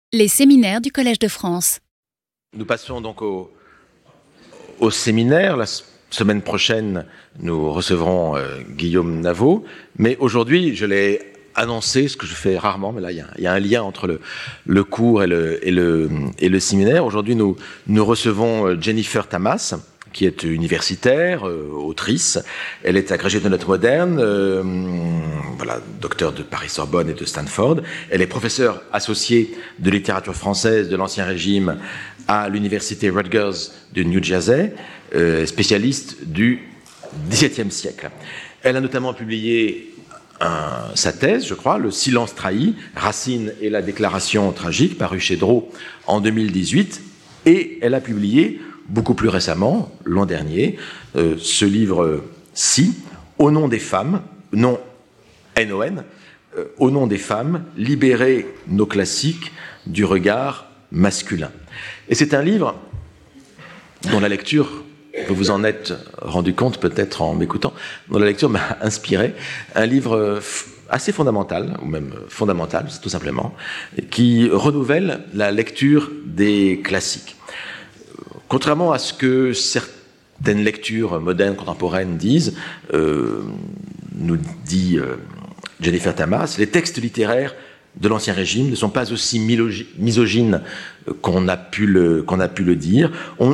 Les séminaires du Collège de France. Nous passons donc au séminaire. La semaine prochaine, nous recevrons Guillaume Navot. Mais aujourd'hui, je l'ai annoncé, ce que je fais rarement, mais là, il y a un lien entre le cours et le séminaire. Aujourd'hui, nous recevons Jennifer Tamas, qui est universitaire, autrice. Elle est agrégée de lettres modernes, docteur de Paris-Sorbonne et de Stanford. Elle est professeure associée de littérature française de l'Ancien Régime à l'université Rutgers de New Jersey, spécialiste du XVIIe siècle. Elle a notamment publié sa thèse, je crois, Le silence trahi, Racine et la déclaration tragique, paru chez Drault en 2018. Et elle a publié beaucoup plus récemment, l'an dernier, ce livre-ci, Au nom des femmes, non N-O-N, Au nom des femmes, libérer nos classiques du regard masculin. Et c'est un livre dont la lecture, vous vous en êtes rendu compte peut-être en m'écoutant, dont la lecture m'a inspiré, un livre assez fondamental, ou même fondamental tout simplement, qui renouvelle la lecture des classiques. Contrairement à ce que certaines lectures modernes, contemporaines disent, nous dit Jennifer Tamas, les textes littéraires de l'Ancien Régime ne sont pas aussi misogynes qu'on a pu le dire.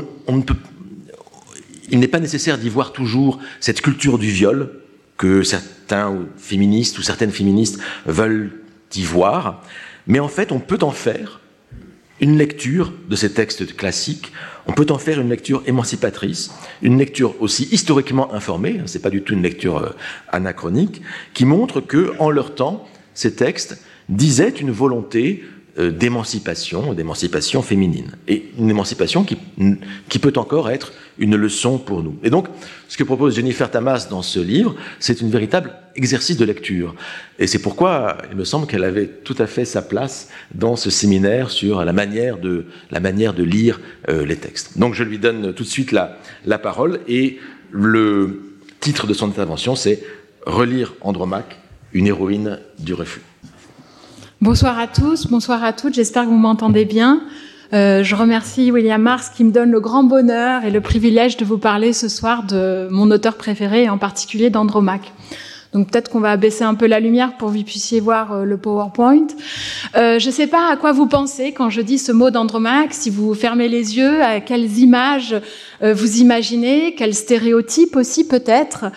Il n'est pas nécessaire d'y voir toujours cette culture du viol que certains féministes ou certaines féministes veulent y voir, mais en fait, on peut en faire une lecture de ces textes classiques, on peut en faire une lecture émancipatrice, une lecture aussi historiquement informée, c'est pas du tout une lecture anachronique, qui montre que, en leur temps, ces textes disaient une volonté d'émancipation féminine, et une émancipation qui peut encore être une leçon pour nous. Et donc, ce que propose Jennifer Tamas dans ce livre, c'est un véritable exercice de lecture. Et c'est pourquoi il me semble qu'elle avait tout à fait sa place dans ce séminaire sur la manière de lire les textes. Donc je lui donne tout de suite la parole, et le titre de son intervention, c'est « Relire Andromaque, une héroïne du refus ». Bonsoir à tous, bonsoir à toutes, j'espère que vous m'entendez bien. Je remercie William Mars qui me donne le grand bonheur et le privilège de vous parler ce soir de mon auteur préféré, et en particulier d'Andromaque. Donc peut-être qu'on va abaisser un peu la lumière pour que vous puissiez voir le PowerPoint. Je ne sais pas à quoi vous pensez quand je dis ce mot d'Andromaque, si vous fermez les yeux, à quelles images vous imaginez, quels stéréotypes aussi peut-être,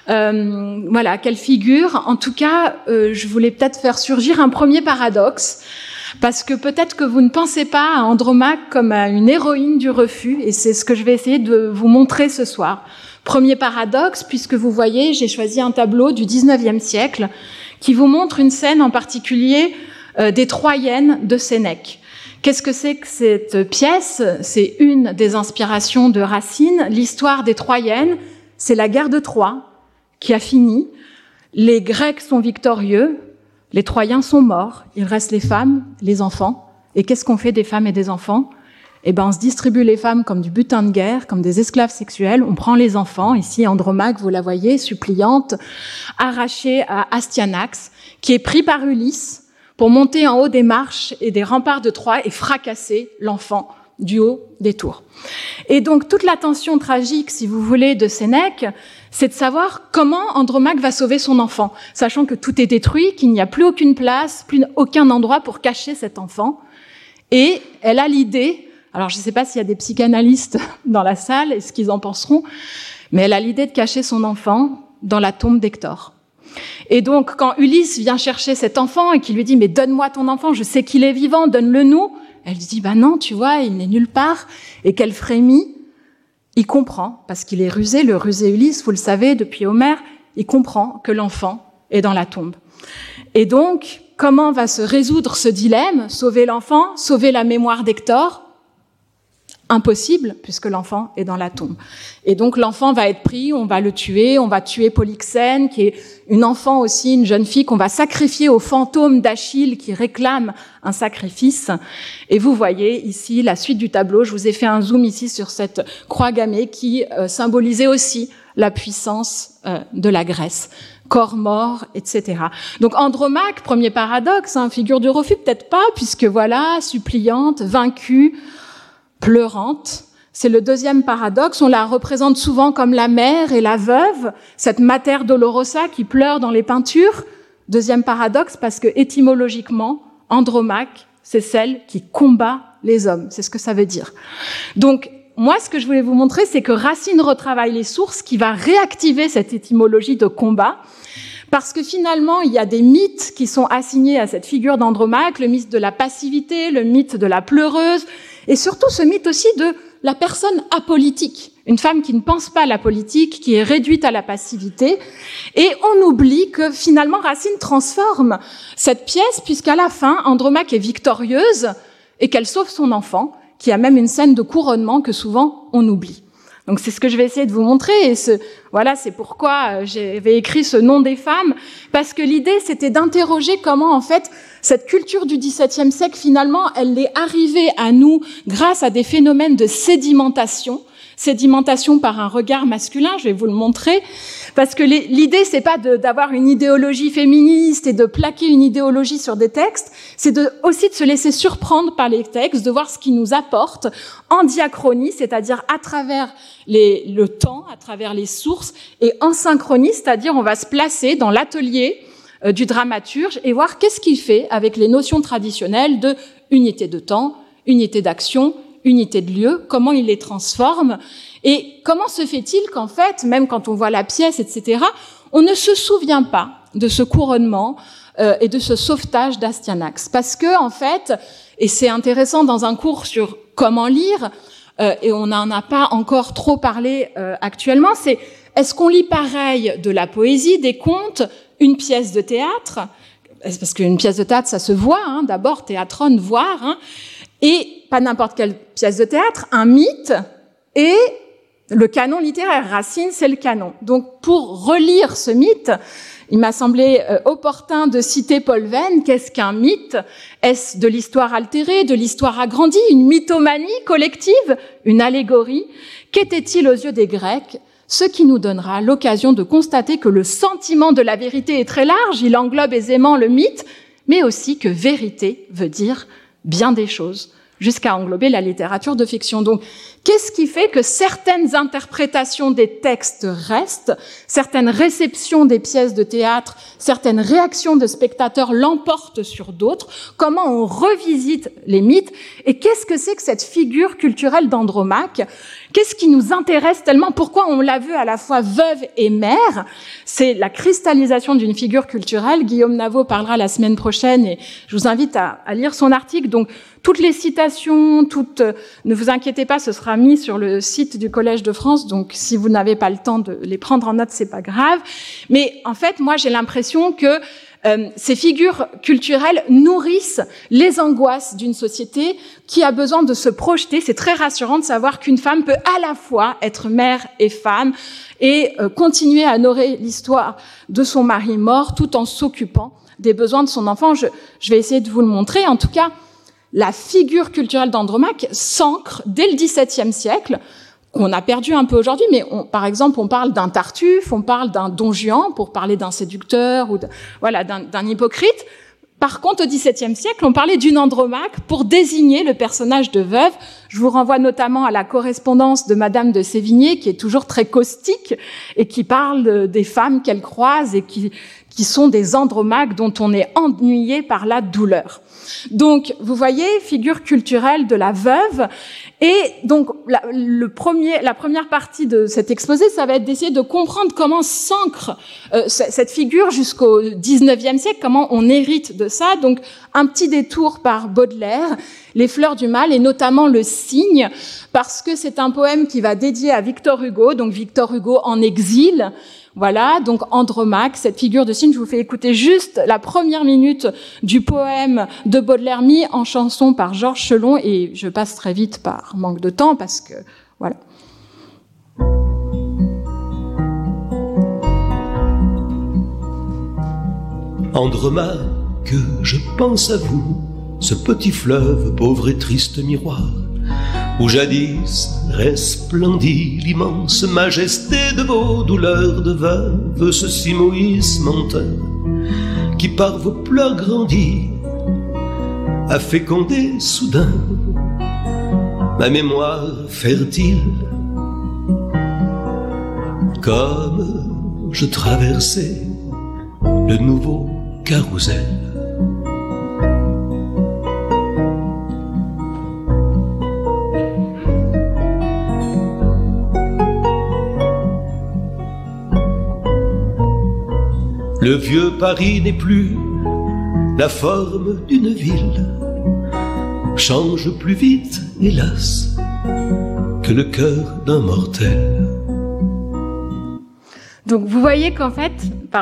quelle figure. En tout cas, je voulais peut-être faire surgir un premier paradoxe, parce que peut-être que vous ne pensez pas à Andromaque comme à une héroïne du refus, et c'est ce que je vais essayer de vous montrer ce soir. Premier paradoxe, puisque vous voyez, j'ai choisi un tableau du XIXe siècle qui vous montre une scène en particulier des Troyennes de Sénèque. Qu'est-ce que c'est que cette pièce ? C'est une des inspirations de Racine. L'histoire des Troyennes, c'est la guerre de Troie qui a fini. Les Grecs sont victorieux, les Troyens sont morts. Il reste les femmes, les enfants. Et qu'est-ce qu'on fait des femmes et des enfants ? On se distribue les femmes comme du butin de guerre, comme des esclaves sexuels. On prend les enfants. Ici, Andromaque, vous la voyez, suppliante, arrachée à Astyanax, qui est pris par Ulysse pour monter en haut des marches et des remparts de Troie et fracasser l'enfant du haut des tours. Et donc, toute la tension tragique, si vous voulez, de Sénèque, c'est de savoir comment Andromaque va sauver son enfant, sachant que tout est détruit, qu'il n'y a plus aucune place, plus aucun endroit pour cacher cet enfant. Et elle a l'idée, alors je ne sais pas s'il y a des psychanalystes dans la salle et ce qu'ils en penseront, mais elle a l'idée de cacher son enfant dans la tombe d'Hector. Et donc, quand Ulysse vient chercher cet enfant et qu'il lui dit « Mais donne-moi ton enfant, je sais qu'il est vivant, donne-le-nous », elle lui dit « Bah non, tu vois, il n'est nulle part ». Et qu'elle frémit, il comprend, parce qu'il est rusé, le rusé Ulysse, vous le savez, depuis Homère, il comprend que l'enfant est dans la tombe. Et donc, comment va se résoudre ce dilemme ? Sauver l'enfant, sauver la mémoire d'Hector ? Impossible, puisque l'enfant est dans la tombe. Et donc l'enfant va être pris, on va le tuer, on va tuer Polyxène, qui est une enfant aussi, une jeune fille qu'on va sacrifier au fantôme d'Achille qui réclame un sacrifice. Et vous voyez ici la suite du tableau, je vous ai fait un zoom ici sur cette croix gammée qui symbolisait aussi la puissance de la Grèce corps mort, etc. Donc Andromaque, premier paradoxe, figure du refus, peut-être pas, puisque voilà, suppliante, vaincue, pleurante. C'est le deuxième paradoxe. On la représente souvent comme la mère et la veuve, cette Mater Dolorosa qui pleure dans les peintures. Deuxième paradoxe, parce que étymologiquement, Andromaque, c'est celle qui combat les hommes. C'est ce que ça veut dire. Donc, moi, ce que je voulais vous montrer, c'est que Racine retravaille les sources, qui va réactiver cette étymologie de combat, parce que finalement, il y a des mythes qui sont assignés à cette figure d'Andromaque, le mythe de la passivité, le mythe de la pleureuse, et surtout ce mythe aussi de la personne apolitique, une femme qui ne pense pas à la politique, qui est réduite à la passivité. Et on oublie que finalement Racine transforme cette pièce, puisqu'à la fin, Andromaque est victorieuse et qu'elle sauve son enfant, qui a même une scène de couronnement que souvent on oublie. Donc c'est ce que je vais essayer de vous montrer, et voilà, c'est pourquoi j'avais écrit ce nom des femmes, parce que l'idée c'était d'interroger comment en fait cette culture du XVIIe siècle finalement elle est arrivée à nous grâce à des phénomènes de sédimentation par un regard masculin. Je vais vous le montrer, parce que l'idée c'est pas d'avoir une idéologie féministe et de plaquer une idéologie sur des textes, c'est aussi de se laisser surprendre par les textes, de voir ce qu'ils nous apportent en diachronie, c'est-à-dire à travers le temps, à travers les sources, et en synchronie, c'est-à-dire on va se placer dans l'atelier du dramaturge et voir qu'est-ce qu'il fait avec les notions traditionnelles de unité de temps, unité d'action, unité de lieu, comment il les transforme, et comment se fait-il qu'en fait, même quand on voit la pièce, etc., on ne se souvient pas de ce couronnement et de ce sauvetage d'Astyanax. Parce que, en fait, et c'est intéressant dans un cours sur comment lire, et on n'en a pas encore trop parlé actuellement, c'est est-ce qu'on lit pareil de la poésie, des contes, une pièce de théâtre, parce qu'une pièce de théâtre, ça se voit, d'abord, théâtron, voir, et pas n'importe quelle pièce de théâtre, un mythe et le canon littéraire. Racine, c'est le canon. Donc, pour relire ce mythe, il m'a semblé opportun de citer Paul Venn. Qu'est-ce qu'un mythe? Est-ce de l'histoire altérée, de l'histoire agrandie, une mythomanie collective, une allégorie? Qu'était-il aux yeux des Grecs? Ce qui nous donnera l'occasion de constater que le sentiment de la vérité est très large, il englobe aisément le mythe, mais aussi que vérité veut dire bien des choses, jusqu'à englober la littérature de fiction. Donc, qu'est-ce qui fait que certaines interprétations des textes restent, certaines réceptions des pièces de théâtre, certaines réactions de spectateurs l'emportent sur d'autres? Comment on revisite les mythes? Et qu'est-ce que c'est que cette figure culturelle d'Andromaque? Qu'est-ce qui nous intéresse tellement? Pourquoi on l'a vue à la fois veuve et mère? C'est la cristallisation d'une figure culturelle. Guillaume Navot parlera la semaine prochaine et je vous invite à lire son article. Donc, toutes les citations, ne vous inquiétez pas, ce sera mis sur le site du Collège de France. Donc, si vous n'avez pas le temps de les prendre en note, c'est pas grave. Mais en fait, moi, j'ai l'impression que ces figures culturelles nourrissent les angoisses d'une société qui a besoin de se projeter. C'est très rassurant de savoir qu'une femme peut à la fois être mère et femme et continuer à honorer l'histoire de son mari mort tout en s'occupant des besoins de son enfant. Je vais essayer de vous le montrer. En tout cas, la figure culturelle d'Andromaque s'ancre dès le XVIIe siècle, qu'on a perdu un peu aujourd'hui, mais par exemple, on parle d'un Tartuffe, on parle d'un Don Juan pour parler d'un séducteur ou d'un hypocrite. Par contre, au XVIIe siècle, on parlait d'une Andromaque pour désigner le personnage de veuve. Je vous renvoie notamment à la correspondance de Madame de Sévigné, qui est toujours très caustique et qui parle des femmes qu'elle croise et qui sont des Andromaques dont on est ennuyé par la douleur. Donc, vous voyez, figure culturelle de la veuve. Et donc, la première partie de cet exposé, ça va être d'essayer de comprendre comment s'ancre cette figure jusqu'au XIXe siècle, comment on hérite de ça. Donc, un petit détour par Baudelaire, Les Fleurs du Mal, et notamment Le Cygne, parce que c'est un poème qui va dédier à Victor Hugo, donc Victor Hugo en exil. Voilà, donc Andromaque, cette figure de cygne. Je vous fais écouter juste la première minute du poème de Baudelaire mis en chanson par Georges Chelon, et je passe très vite par manque de temps parce que, voilà. Andromaque, je pense à vous, ce petit fleuve, pauvre et triste miroir. où jadis resplendit l'immense majesté de vos douleurs de veuve, ce Simoïs menteur, qui par vos pleurs grandit, a fécondé soudain ma mémoire fertile. Comme je traversais le nouveau carrousel. Le vieux Paris n'est plus la forme d'une ville, change plus vite, hélas, que le cœur d'un mortel. Donc vous voyez qu'en fait,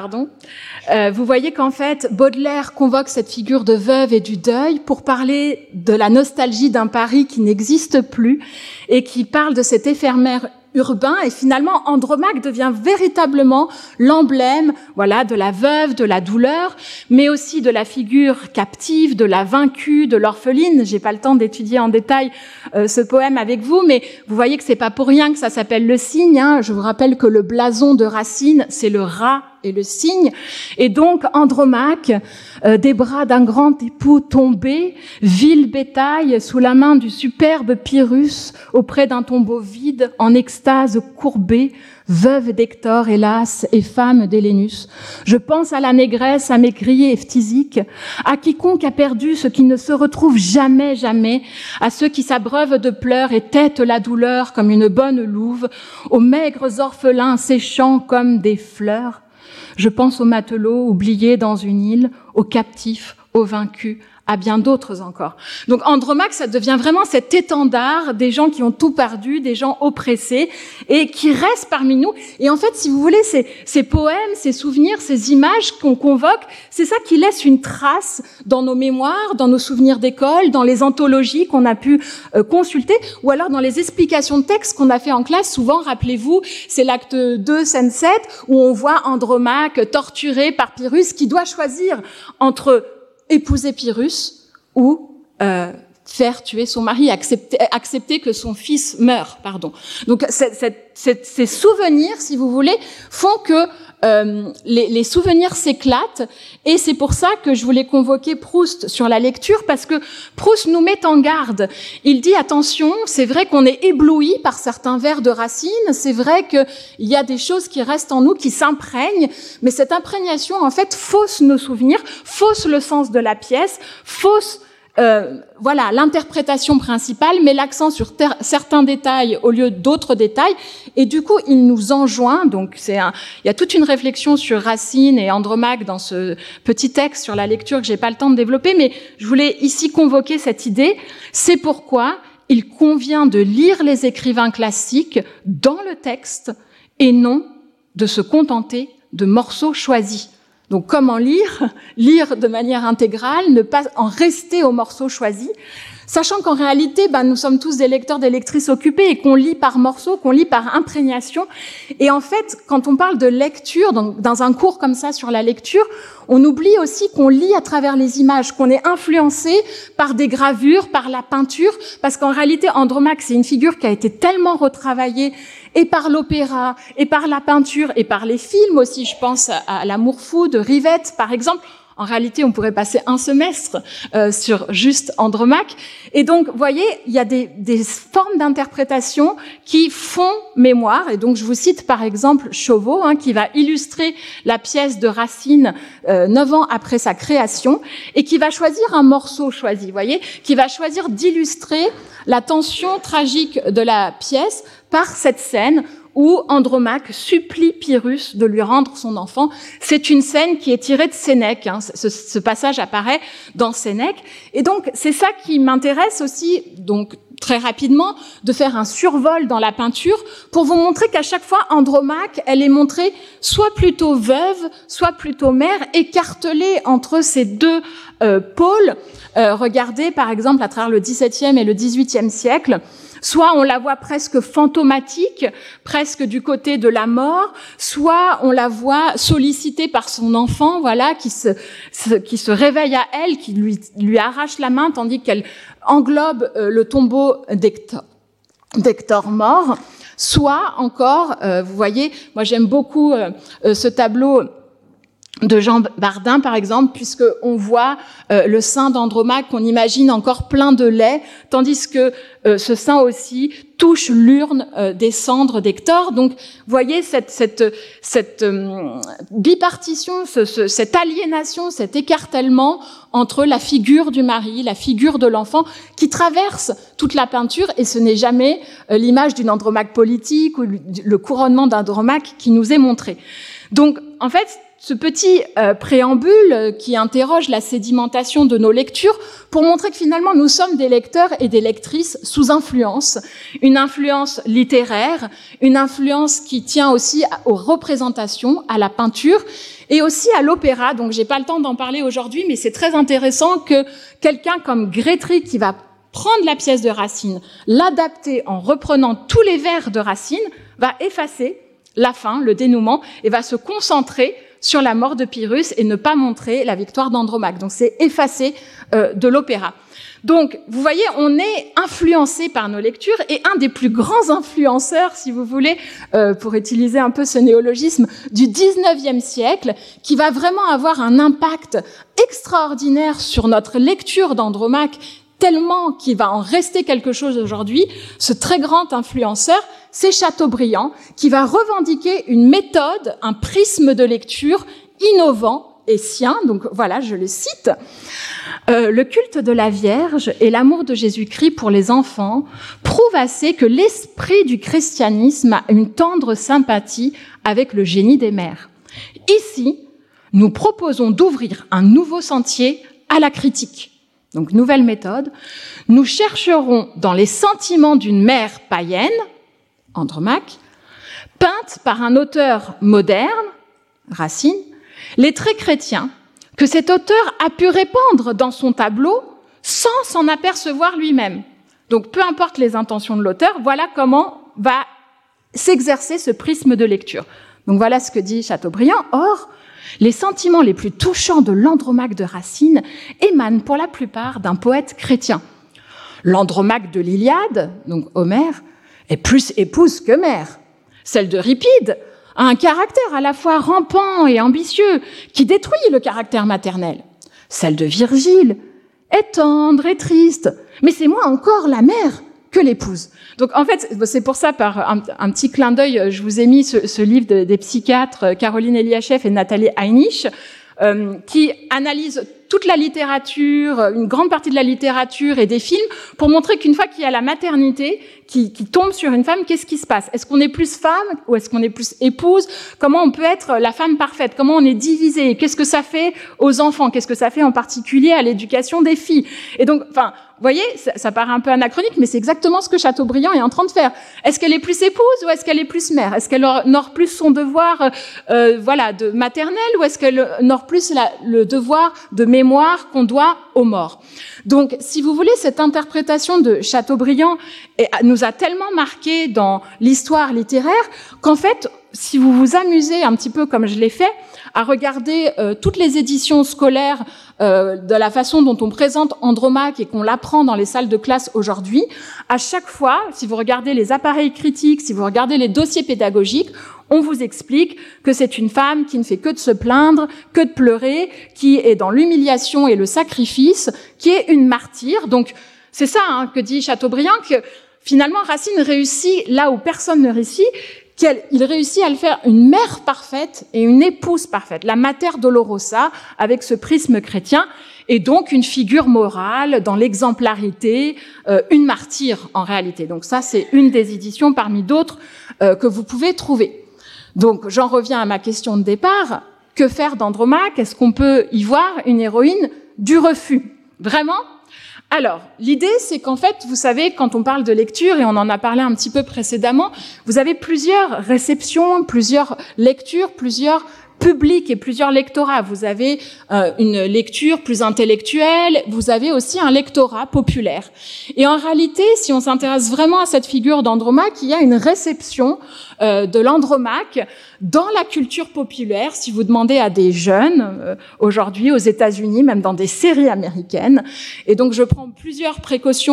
Baudelaire convoque cette figure de veuve et du deuil pour parler de la nostalgie d'un Paris qui n'existe plus et qui parle de cet éphémère urbain, et finalement Andromaque devient véritablement l'emblème, voilà, de la veuve, de la douleur, mais aussi de la figure captive, de la vaincue, de l'orpheline. J'ai pas le temps d'étudier en détail ce poème avec vous, mais vous voyez que c'est pas pour rien que ça s'appelle le cygne, hein. Je vous rappelle que le blason de Racine, c'est le rat et le cygne. Et donc Andromaque, des bras d'un grand époux tombé, vil bétail sous la main du superbe Pyrrhus, auprès d'un tombeau vide, en extase courbée, veuve d'Hector, hélas, et femme d'Hélénus. Je pense à la négresse amaigrie et phthisique, à quiconque a perdu ce qui ne se retrouve jamais, jamais, à ceux qui s'abreuvent de pleurs et têtent la douleur comme une bonne louve, aux maigres orphelins séchant comme des fleurs. Je pense aux matelots oubliés dans une île, aux captifs, aux vaincus, à bien d'autres encore. Donc Andromaque, ça devient vraiment cet étendard des gens qui ont tout perdu, des gens oppressés et qui restent parmi nous. Et en fait, si vous voulez, ces poèmes, ces souvenirs, ces images qu'on convoque, c'est ça qui laisse une trace dans nos mémoires, dans nos souvenirs d'école, dans les anthologies qu'on a pu consulter, ou alors dans les explications de texte qu'on a fait en classe. Souvent, rappelez-vous, c'est l'acte 2, scène 7, où on voit Andromaque torturé par Pyrrhus, qui doit choisir entre épouser Pyrrhus ou faire tuer son mari, accepter que son fils meure, pardon. Donc ces souvenirs, si vous voulez, font que les souvenirs s'éclatent, et c'est pour ça que je voulais convoquer Proust sur la lecture, parce que Proust nous met en garde. Il dit attention, c'est vrai qu'on est ébloui par certains vers de Racine, c'est vrai qu'il y a des choses qui restent en nous, qui s'imprègnent, mais cette imprégnation en fait fausse nos souvenirs, fausse le sens de la pièce, fausse voilà l'interprétation principale, met l'accent sur certains détails au lieu d'autres détails, et du coup il nous enjoint. Donc il y a toute une réflexion sur Racine et Andromaque dans ce petit texte sur la lecture que j'ai pas le temps de développer, mais je voulais ici convoquer cette idée. C'est pourquoi il convient de lire les écrivains classiques dans le texte et non de se contenter de morceaux choisis. Donc comment lire de manière intégrale, ne pas en rester aux morceaux choisis, sachant qu'en réalité, nous sommes tous des lecteurs, des lectrices occupés, et qu'on lit par morceaux, qu'on lit par imprégnation. Et en fait, quand on parle de lecture, donc dans un cours comme ça sur la lecture, on oublie aussi qu'on lit à travers les images, qu'on est influencé par des gravures, par la peinture, parce qu'en réalité, Andromaque, c'est une figure qui a été tellement retravaillée, et par l'opéra, et par la peinture, et par les films aussi. Je pense à L'Amour fou de Rivette, par exemple. En réalité, on pourrait passer un semestre sur juste Andromaque. Et donc, vous voyez, il y a des formes d'interprétation qui font mémoire. Et donc, je vous cite par exemple Chauveau, qui va illustrer la pièce de Racine 9 ans après sa création, et qui va choisir un morceau choisi, vous voyez, qui va choisir d'illustrer la tension tragique de la pièce par cette scène où Andromaque supplie Pyrrhus de lui rendre son enfant. C'est une scène qui est tirée de Sénèque. Ce passage apparaît dans Sénèque. Et donc, c'est ça qui m'intéresse aussi, donc très rapidement, de faire un survol dans la peinture pour vous montrer qu'à chaque fois, Andromaque, elle est montrée soit plutôt veuve, soit plutôt mère, écartelée entre ces deux pôles. Regardez, par exemple, à travers le XVIIe et le XVIIIe siècle, soit on la voit presque fantomatique, presque du côté de la mort, soit on la voit sollicitée par son enfant, voilà, qui se réveille à elle, qui lui arrache la main, tandis qu'elle englobe le tombeau d'Hector mort, soit encore, vous voyez, moi j'aime beaucoup ce tableau de Jean Bardin, par exemple, puisque on voit le sein d'Andromaque qu'on imagine encore plein de lait, tandis que ce sein aussi touche l'urne des cendres d'Hector. Donc, vous voyez cette bipartition, cette aliénation, cet écartèlement entre la figure du mari, la figure de l'enfant, qui traverse toute la peinture, et ce n'est jamais l'image d'une Andromaque politique ou le couronnement d'Andromaque qui nous est montré. Donc, en fait, ce petit préambule qui interroge la sédimentation de nos lectures pour montrer que finalement nous sommes des lecteurs et des lectrices sous influence, une influence littéraire, une influence qui tient aussi aux représentations, à la peinture et aussi à l'opéra. Donc j'ai pas le temps d'en parler aujourd'hui, mais c'est très intéressant que quelqu'un comme Grétry, qui va prendre la pièce de Racine, l'adapter en reprenant tous les vers de Racine, va effacer la fin, le dénouement, et va se concentrer sur la mort de Pyrrhus et ne pas montrer la victoire d'Andromaque. Donc c'est effacé de l'opéra. Donc vous voyez, on est influencé par nos lectures, et un des plus grands influenceurs, si vous voulez, pour utiliser un peu ce néologisme, du 19e siècle, qui va vraiment avoir un impact extraordinaire sur notre lecture d'Andromaque, tellement qu'il va en rester quelque chose aujourd'hui, ce très grand influenceur, c'est Chateaubriand, qui va revendiquer une méthode, un prisme de lecture innovant et sien. Donc voilà, je le cite. Le culte de la Vierge et l'amour de Jésus-Christ pour les enfants prouvent assez que l'esprit du christianisme a une tendre sympathie avec le génie des mères. Ici, nous proposons d'ouvrir un nouveau sentier à la critique. Donc, nouvelle méthode. Nous chercherons dans les sentiments d'une mère païenne, Andromaque, peinte par un auteur moderne, Racine, les traits chrétiens que cet auteur a pu répandre dans son tableau sans s'en apercevoir lui-même. Donc, peu importe les intentions de l'auteur, voilà comment va s'exercer ce prisme de lecture. Donc, voilà ce que dit Chateaubriand. Or, les sentiments les plus touchants de l'Andromaque de Racine émanent pour la plupart d'un poète chrétien. L'Andromaque de l'Iliade, donc Homère, est plus épouse que mère. Celle d'Euripide a un caractère à la fois rampant et ambitieux qui détruit le caractère maternel. Celle de Virgile est tendre et triste, mais c'est moins encore la mère que l'épouse. Donc en fait, c'est pour ça, par un petit clin d'œil, je vous ai mis ce livre des psychiatres Caroline Eliachev et Nathalie Heinisch, qui analysent toute la littérature, une grande partie de la littérature et des films, pour montrer qu'une fois qu'il y a la maternité qui tombe sur une femme, qu'est-ce qui se passe? Est-ce qu'on est plus femme ou est-ce qu'on est plus épouse? Comment on peut être la femme parfaite? Comment on est divisé? Qu'est-ce que ça fait aux enfants? Qu'est-ce que ça fait en particulier à l'éducation des filles? Et donc, enfin, vous voyez, ça paraît un peu anachronique, mais c'est exactement ce que Chateaubriand est en train de faire. Est-ce qu'elle est plus épouse ou est-ce qu'elle est plus mère? Est-ce qu'elle honore plus son devoir, de maternel, ou est-ce qu'elle honore plus le devoir de mémoire qu'on doit aux morts? Donc, si vous voulez, cette interprétation de Chateaubriand nous a tellement marqué dans l'histoire littéraire qu'en fait, si vous vous amusez un petit peu comme je l'ai fait, à regarder toutes les éditions scolaires de la façon dont on présente Andromaque et qu'on l'apprend dans les salles de classe aujourd'hui, à chaque fois, si vous regardez les appareils critiques, si vous regardez les dossiers pédagogiques, on vous explique que c'est une femme qui ne fait que de se plaindre, que de pleurer, qui est dans l'humiliation et le sacrifice, qui est une martyre. Donc, c'est ça que dit Chateaubriand, que finalement Racine réussit là où personne ne réussit, il réussit à le faire une mère parfaite et une épouse parfaite, la Mater Dolorosa, avec ce prisme chrétien, et donc une figure morale dans l'exemplarité, une martyre en réalité. Donc ça, c'est une des éditions parmi d'autres que vous pouvez trouver. Donc j'en reviens à ma question de départ. Que faire d'Andromaque? Est-ce qu'on peut y voir une héroïne du refus? Vraiment? Alors, l'idée, c'est qu'en fait, vous savez, quand on parle de lecture, et on en a parlé un petit peu précédemment, vous avez plusieurs réceptions, plusieurs lectures, plusieurs publics et plusieurs lectorats. Vous avez une lecture plus intellectuelle, vous avez aussi un lectorat populaire. Et en réalité, si on s'intéresse vraiment à cette figure d'Andromaque, il y a une réception de l'Andromaque dans la culture populaire. Si vous demandez à des jeunes aujourd'hui aux États-Unis, même dans des séries américaines, et donc je prends plusieurs précautions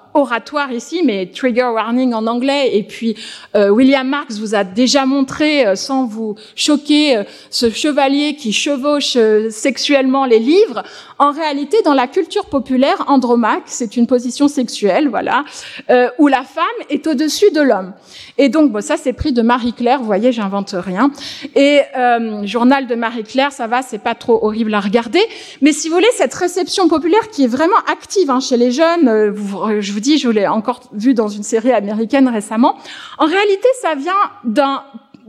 oratoire ici, mais trigger warning en anglais. Et puis William Marx vous a déjà montré, sans vous choquer, ce chevalier qui chevauche sexuellement les livres. En réalité, dans la culture populaire, Andromaque, c'est une position sexuelle, voilà, où la femme est au-dessus de l'homme. Et donc, bon, ça, c'est pris de Marie-Claire. Vous voyez, j'invente rien. Et journal de Marie-Claire, ça va, c'est pas trop horrible à regarder. Mais si vous voulez, cette réception populaire qui est vraiment active chez les jeunes, je vous dis, je l'ai encore vu dans une série américaine récemment. En réalité, ça vient d'un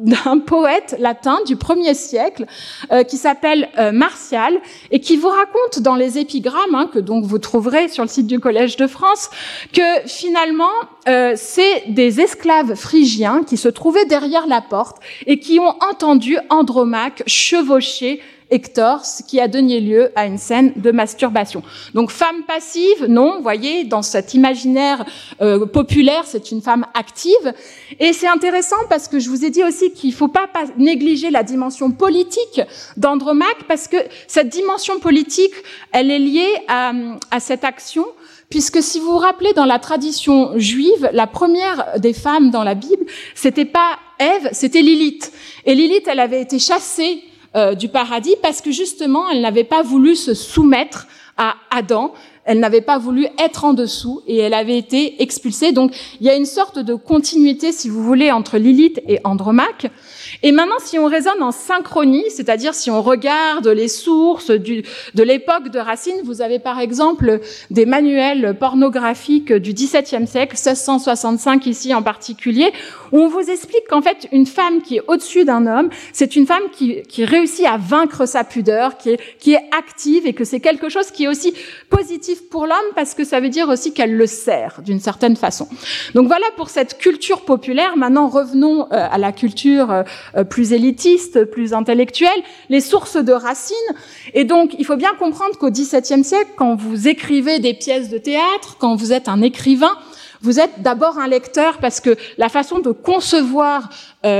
poète latin du 1er siècle qui s'appelle Martial et qui vous raconte dans les épigrammes, que donc vous trouverez sur le site du Collège de France, que finalement c'est des esclaves phrygiens qui se trouvaient derrière la porte et qui ont entendu Andromaque chevaucher Hector, ce qui a donné lieu à une scène de masturbation. Donc femme passive, non, vous voyez, dans cet imaginaire populaire, c'est une femme active. Et c'est intéressant parce que je vous ai dit aussi qu'il ne faut pas négliger la dimension politique d'Andromaque, parce que cette dimension politique, elle est liée à cette action, puisque si vous vous rappelez, dans la tradition juive, la première des femmes dans la Bible, c'était pas Ève, c'était Lilith. Et Lilith, elle avait été chassée du paradis parce que justement elle n'avait pas voulu se soumettre à Adam, elle n'avait pas voulu être en dessous et elle avait été expulsée. Donc il y a une sorte de continuité, si vous voulez, entre Lilith et Andromaque. Et maintenant, si on raisonne en synchronie, c'est-à-dire si on regarde les sources de l'époque de Racine, vous avez par exemple des manuels pornographiques du XVIIe siècle, 1665 ici en particulier, où on vous explique qu'en fait, une femme qui est au-dessus d'un homme, c'est une femme qui réussit à vaincre sa pudeur, qui est active, et que c'est quelque chose qui est aussi positif pour l'homme parce que ça veut dire aussi qu'elle le sert d'une certaine façon. Donc voilà pour cette culture populaire. Maintenant, revenons à la culture plus élitiste, plus intellectuelle, les sources de Racine. Et donc, il faut bien comprendre qu'au XVIIe siècle, quand vous écrivez des pièces de théâtre, quand vous êtes un écrivain, vous êtes d'abord un lecteur parce que la façon de concevoir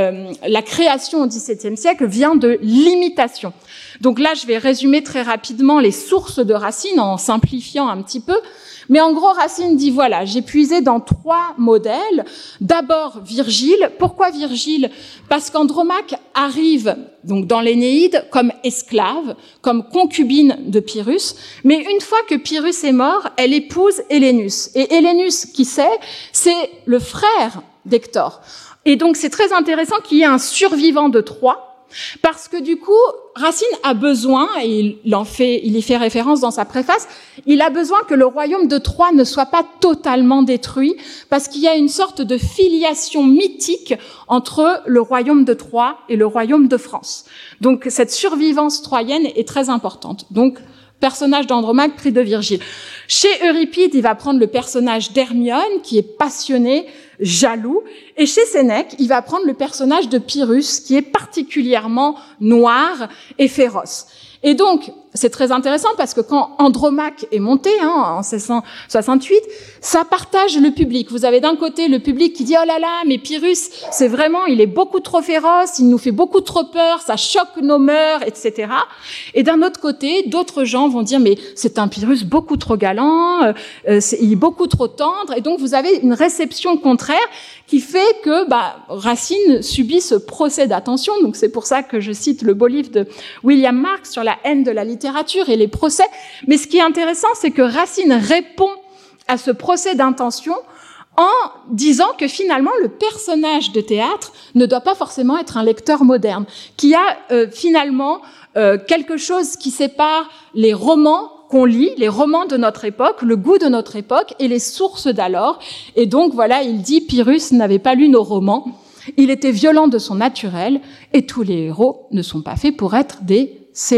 la création au XVIIe siècle vient de l'imitation. Donc là, je vais résumer très rapidement les sources de Racine en simplifiant un petit peu. Mais en gros, Racine dit, voilà, j'ai puisé dans 3 modèles. D'abord, Virgile. Pourquoi Virgile? Parce qu'Andromaque arrive donc dans l'Énéide comme esclave, comme concubine de Pyrrhus. Mais une fois que Pyrrhus est mort, elle épouse Hélénus. Et Hélénus, qui c'est le frère d'Hector. Et donc, c'est très intéressant qu'il y ait un survivant de Troie. Parce que du coup, Racine a besoin, et il y fait référence dans sa préface, il a besoin que le royaume de Troie ne soit pas totalement détruit, parce qu'il y a une sorte de filiation mythique entre le royaume de Troie et le royaume de France. Donc cette survivance troyenne est très importante. Donc, personnage d'Andromaque pris de Virgile. Chez Euripide, il va prendre le personnage d'Hermione, qui est passionné, jaloux. Et chez Sénèque, il va prendre le personnage de Pyrrhus, qui est particulièrement noir et féroce. Et donc, c'est très intéressant parce que quand Andromaque est monté, en 1668, ça partage le public. Vous avez d'un côté le public qui dit « Oh là là, mais Pyrrhus, c'est vraiment, il est beaucoup trop féroce, il nous fait beaucoup trop peur, ça choque nos mœurs, etc. » Et d'un autre côté, d'autres gens vont dire « Mais c'est un Pyrrhus beaucoup trop galant, il est beaucoup trop tendre. » Et donc, vous avez une réception contraire qui fait que Racine subit ce procès d'attention. Donc, c'est pour ça que je cite le beau livre de William Marx sur la haine de la littérature et les procès. Mais ce qui est intéressant, c'est que Racine répond à ce procès d'intention en disant que finalement, le personnage de théâtre ne doit pas forcément être un lecteur moderne, qui a finalement quelque chose qui sépare les romans qu'on lit, les romans de notre époque, le goût de notre époque et les sources d'alors. Et donc, voilà, il dit « Pyrrhus n'avait pas lu nos romans, il était violent de son naturel, et tous les héros ne sont pas faits pour être des céladons. »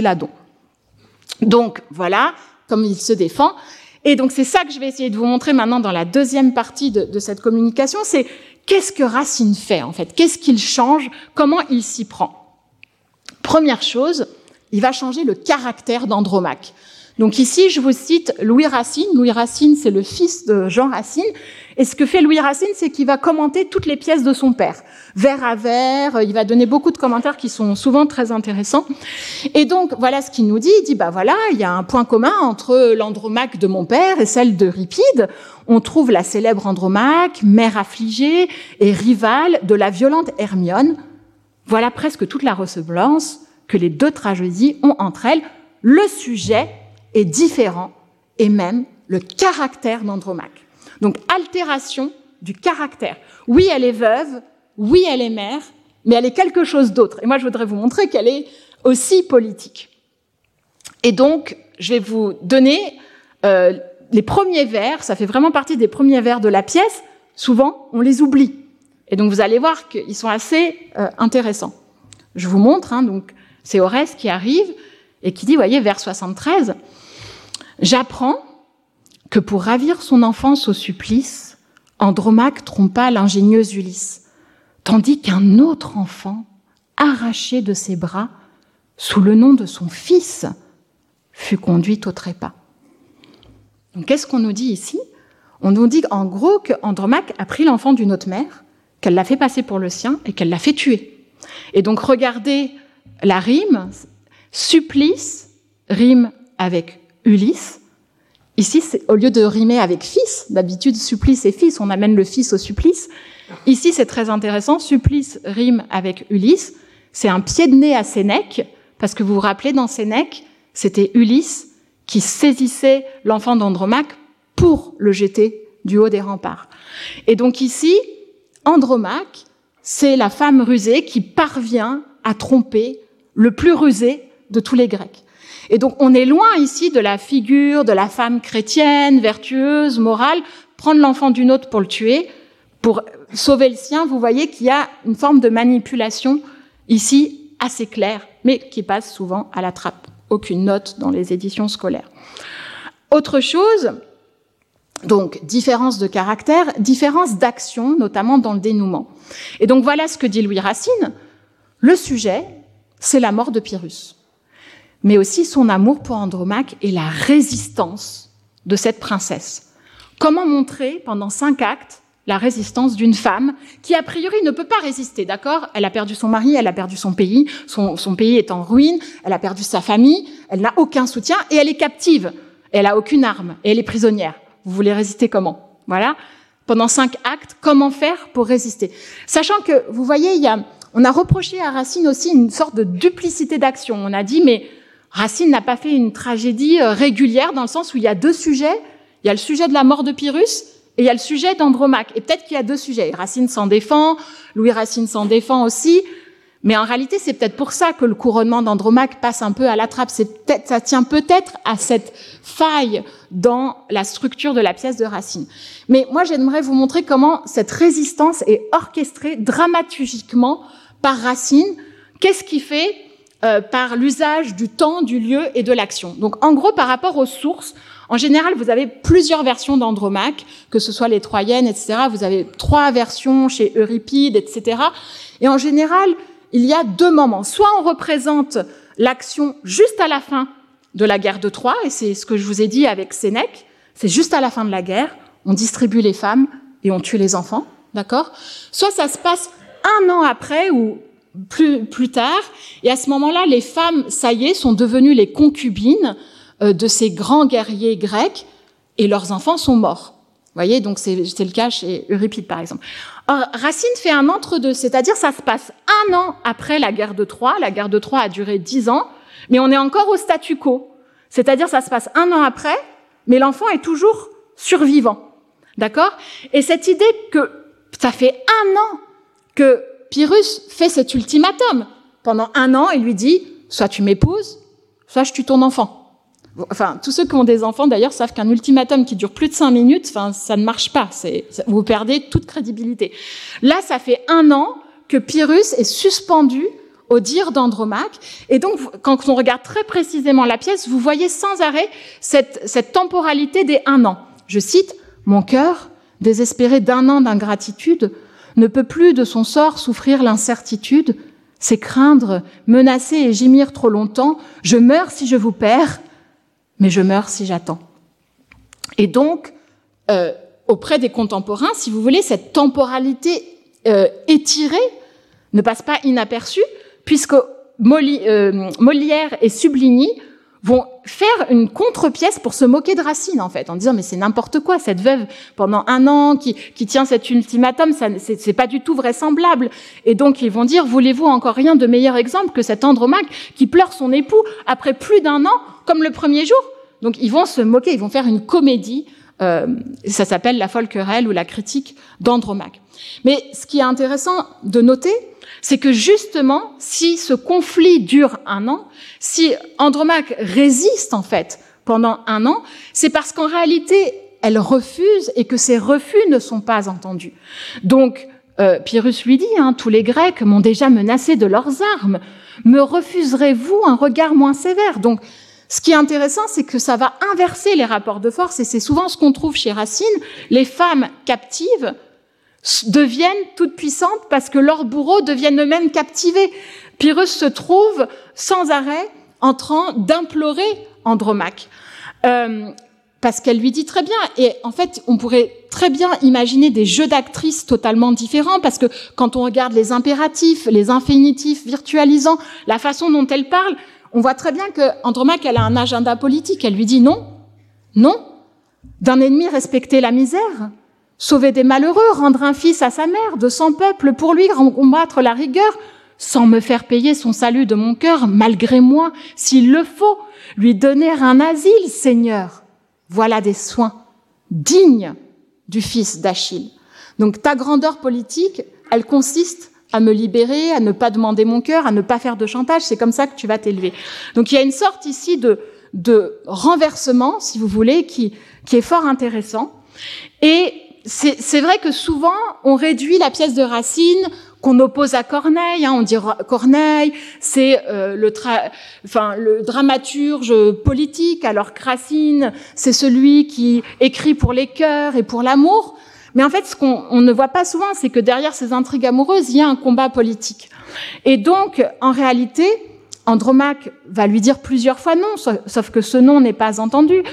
Donc, voilà, comme il se défend. Et donc, c'est ça que je vais essayer de vous montrer maintenant dans la deuxième partie de cette communication, c'est qu'est-ce que Racine fait, en fait? Qu'est-ce qu'il change? Comment il s'y prend? Première chose, il va changer le caractère d'Andromaque. Donc ici, je vous cite Louis Racine. Louis Racine, c'est le fils de Jean Racine. Et ce que fait Louis Racine, c'est qu'il va commenter toutes les pièces de son père, vers à vers. Il va donner beaucoup de commentaires qui sont souvent très intéressants. Et donc, voilà ce qu'il nous dit. Il dit, voilà, il y a un point commun entre l'Andromaque de mon père et celle d'Euripide. On trouve la célèbre Andromaque, mère affligée et rivale de la violente Hermione. Voilà presque toute la ressemblance que les deux tragédies ont entre elles. Le sujet est différent et même le caractère d'Andromaque. Donc, altération du caractère. Oui, elle est veuve, oui, elle est mère, mais elle est quelque chose d'autre. Et moi, je voudrais vous montrer qu'elle est aussi politique. Et donc, je vais vous donner les premiers vers. Ça fait vraiment partie des premiers vers de la pièce. Souvent, on les oublie. Et donc, vous allez voir qu'ils sont assez intéressants. Je vous montre, donc, c'est Oreste qui arrive et qui dit, voyez, vers 73, « J'apprends que pour ravir son enfance au supplice, Andromaque trompa l'ingénieuse Ulysse, tandis qu'un autre enfant, arraché de ses bras, sous le nom de son fils, fut conduit au trépas. » Donc, qu'est-ce qu'on nous dit ici? On nous dit en gros qu'Andromaque a pris l'enfant d'une autre mère, qu'elle l'a fait passer pour le sien et qu'elle l'a fait tuer. Et donc, regardez la rime, supplice rime avec Ulysse. Ici, au lieu de rimer avec fils, d'habitude, supplice et fils, on amène le fils au supplice. Ici, c'est très intéressant, supplice rime avec Ulysse. C'est un pied de nez à Sénèque, parce que vous vous rappelez, dans Sénèque, c'était Ulysse qui saisissait l'enfant d'Andromaque pour le jeter du haut des remparts. Et donc ici, Andromaque, c'est la femme rusée qui parvient à tromper le plus rusé de tous les Grecs. Et donc, on est loin ici de la figure de la femme chrétienne, vertueuse, morale, prendre l'enfant d'une autre pour le tuer, pour sauver le sien. Vous voyez qu'il y a une forme de manipulation ici assez claire, mais qui passe souvent à la trappe. Aucune note dans les éditions scolaires. Autre chose, donc, différence de caractère, différence d'action, notamment dans le dénouement. Et donc, voilà ce que dit Louis Racine. Le sujet, c'est la mort de Pyrrhus, mais aussi son amour pour Andromaque et la résistance de cette princesse. Comment montrer, pendant 5 actes, la résistance d'une femme qui, a priori, ne peut pas résister, d'accord? Elle a perdu son mari, elle a perdu son pays est en ruine, elle a perdu sa famille, elle n'a aucun soutien et elle est captive. Elle n'a aucune arme et elle est prisonnière. Vous voulez résister comment? Voilà. Pendant 5 actes, comment faire pour résister? Sachant que, vous voyez, on a reproché à Racine aussi une sorte de duplicité d'action. On a dit, mais Racine n'a pas fait une tragédie régulière dans le sens où il y a 2 sujets. Il y a le sujet de la mort de Pyrrhus et il y a le sujet d'Andromaque. Et peut-être qu'il y a 2 sujets. Racine s'en défend, Louis Racine s'en défend aussi. Mais en réalité, c'est peut-être pour ça que le couronnement d'Andromaque passe un peu à la trappe. Ça tient peut-être à cette faille dans la structure de la pièce de Racine. Mais moi, j'aimerais vous montrer comment cette résistance est orchestrée dramaturgiquement par Racine. Qu'est-ce qu'il fait par l'usage du temps, du lieu et de l'action. Donc, en gros, par rapport aux sources, en général, vous avez plusieurs versions d'Andromaque, que ce soit les Troyennes, etc. Vous avez 3 versions chez Euripide, etc. Et en général, il y a 2 moments. Soit on représente l'action juste à la fin de la guerre de Troie, et c'est ce que je vous ai dit avec Sénèque, c'est juste à la fin de la guerre, on distribue les femmes et on tue les enfants, d'accord? Soit ça se passe 1 an après ou plus tard, et à ce moment-là, les femmes, ça y est, sont devenues les concubines de ces grands guerriers grecs, et leurs enfants sont morts. Vous voyez, donc c'est le cas chez Euripide, par exemple. Or, Racine fait un entre-deux, c'est-à-dire ça se passe 1 an après la guerre de Troie. La guerre de Troie a duré 10 ans, mais on est encore au statu quo. C'est-à-dire ça se passe 1 an après, mais l'enfant est toujours survivant. D'accord? Et cette idée que ça fait 1 an que Pyrrhus fait cet ultimatum. Pendant 1 an, il lui dit, soit tu m'épouses, soit je tue ton enfant. Enfin, tous ceux qui ont des enfants, d'ailleurs, savent qu'un ultimatum qui dure plus de 5 minutes, enfin, ça ne marche pas. Vous perdez toute crédibilité. Là, ça fait 1 an que Pyrrhus est suspendu au dire d'Andromaque. Et donc, quand on regarde très précisément la pièce, vous voyez sans arrêt cette temporalité des 1 an. Je cite, « Mon cœur, désespéré d'1 an d'ingratitude, ne peut plus de son sort souffrir l'incertitude. C'est craindre, menacer et gémir trop longtemps. Je meurs si je vous perds. mais je meurs si j'attends. Et donc, auprès des contemporains, si vous voulez, cette temporalité étirée ne passe pas inaperçue, puisque Molière et Subligny vont faire une contre-pièce pour se moquer de Racine, en fait, en disant mais c'est n'importe quoi, cette veuve pendant 1 an qui tient cet ultimatum, c'est pas du tout vraisemblable. Et donc ils vont dire voulez-vous encore rien de meilleur exemple que cet Andromaque qui pleure son époux après plus d'1 an, comme le premier jour. Donc ils vont se moquer, ils vont faire une comédie. Ça s'appelle la folle querelle ou la critique d'Andromaque. Mais ce qui est intéressant de noter, c'est que justement, si ce conflit dure 1 an, si Andromaque résiste en fait pendant 1 an, c'est parce qu'en réalité, elle refuse et que ses refus ne sont pas entendus. Donc, Pyrrhus lui dit, tous les Grecs m'ont déjà menacé de leurs armes. Me refuserez-vous un regard moins sévère ? Donc, ce qui est intéressant, c'est que ça va inverser les rapports de force, et c'est souvent ce qu'on trouve chez Racine. Les femmes captives deviennent toutes puissantes parce que leurs bourreaux deviennent eux-mêmes captivés. Pyrrhus se trouve sans arrêt en train d'implorer Andromaque. Parce qu'elle lui dit très bien, et en fait, on pourrait très bien imaginer des jeux d'actrices totalement différents, parce que quand on regarde les impératifs, les infinitifs virtualisants, la façon dont elle parle, on voit très bien que Andromaque, elle a un agenda politique. Elle lui dit non, d'un ennemi respecter la misère, sauver des malheureux, rendre un fils à sa mère, de son peuple, pour lui combattre la rigueur, sans me faire payer son salut de mon cœur, malgré moi, s'il le faut, lui donner un asile, Seigneur. Voilà des soins dignes du fils d'Achille. Donc ta grandeur politique, elle consiste à me libérer, à ne pas demander mon cœur, à ne pas faire de chantage, c'est comme ça que tu vas t'élever. Donc il y a une sorte ici de renversement, si vous voulez, qui est fort intéressant. Et c'est vrai que souvent, on réduit la pièce de Racine qu'on oppose à Corneille, on dit Corneille, c'est le dramaturge politique, alors que Racine, c'est celui qui écrit pour les cœurs et pour l'amour. Mais en fait, ce qu'on ne voit pas souvent, c'est que derrière ces intrigues amoureuses, il y a un combat politique. Et donc, en réalité, Andromaque va lui dire plusieurs fois non, sauf que ce non n'est pas entendu.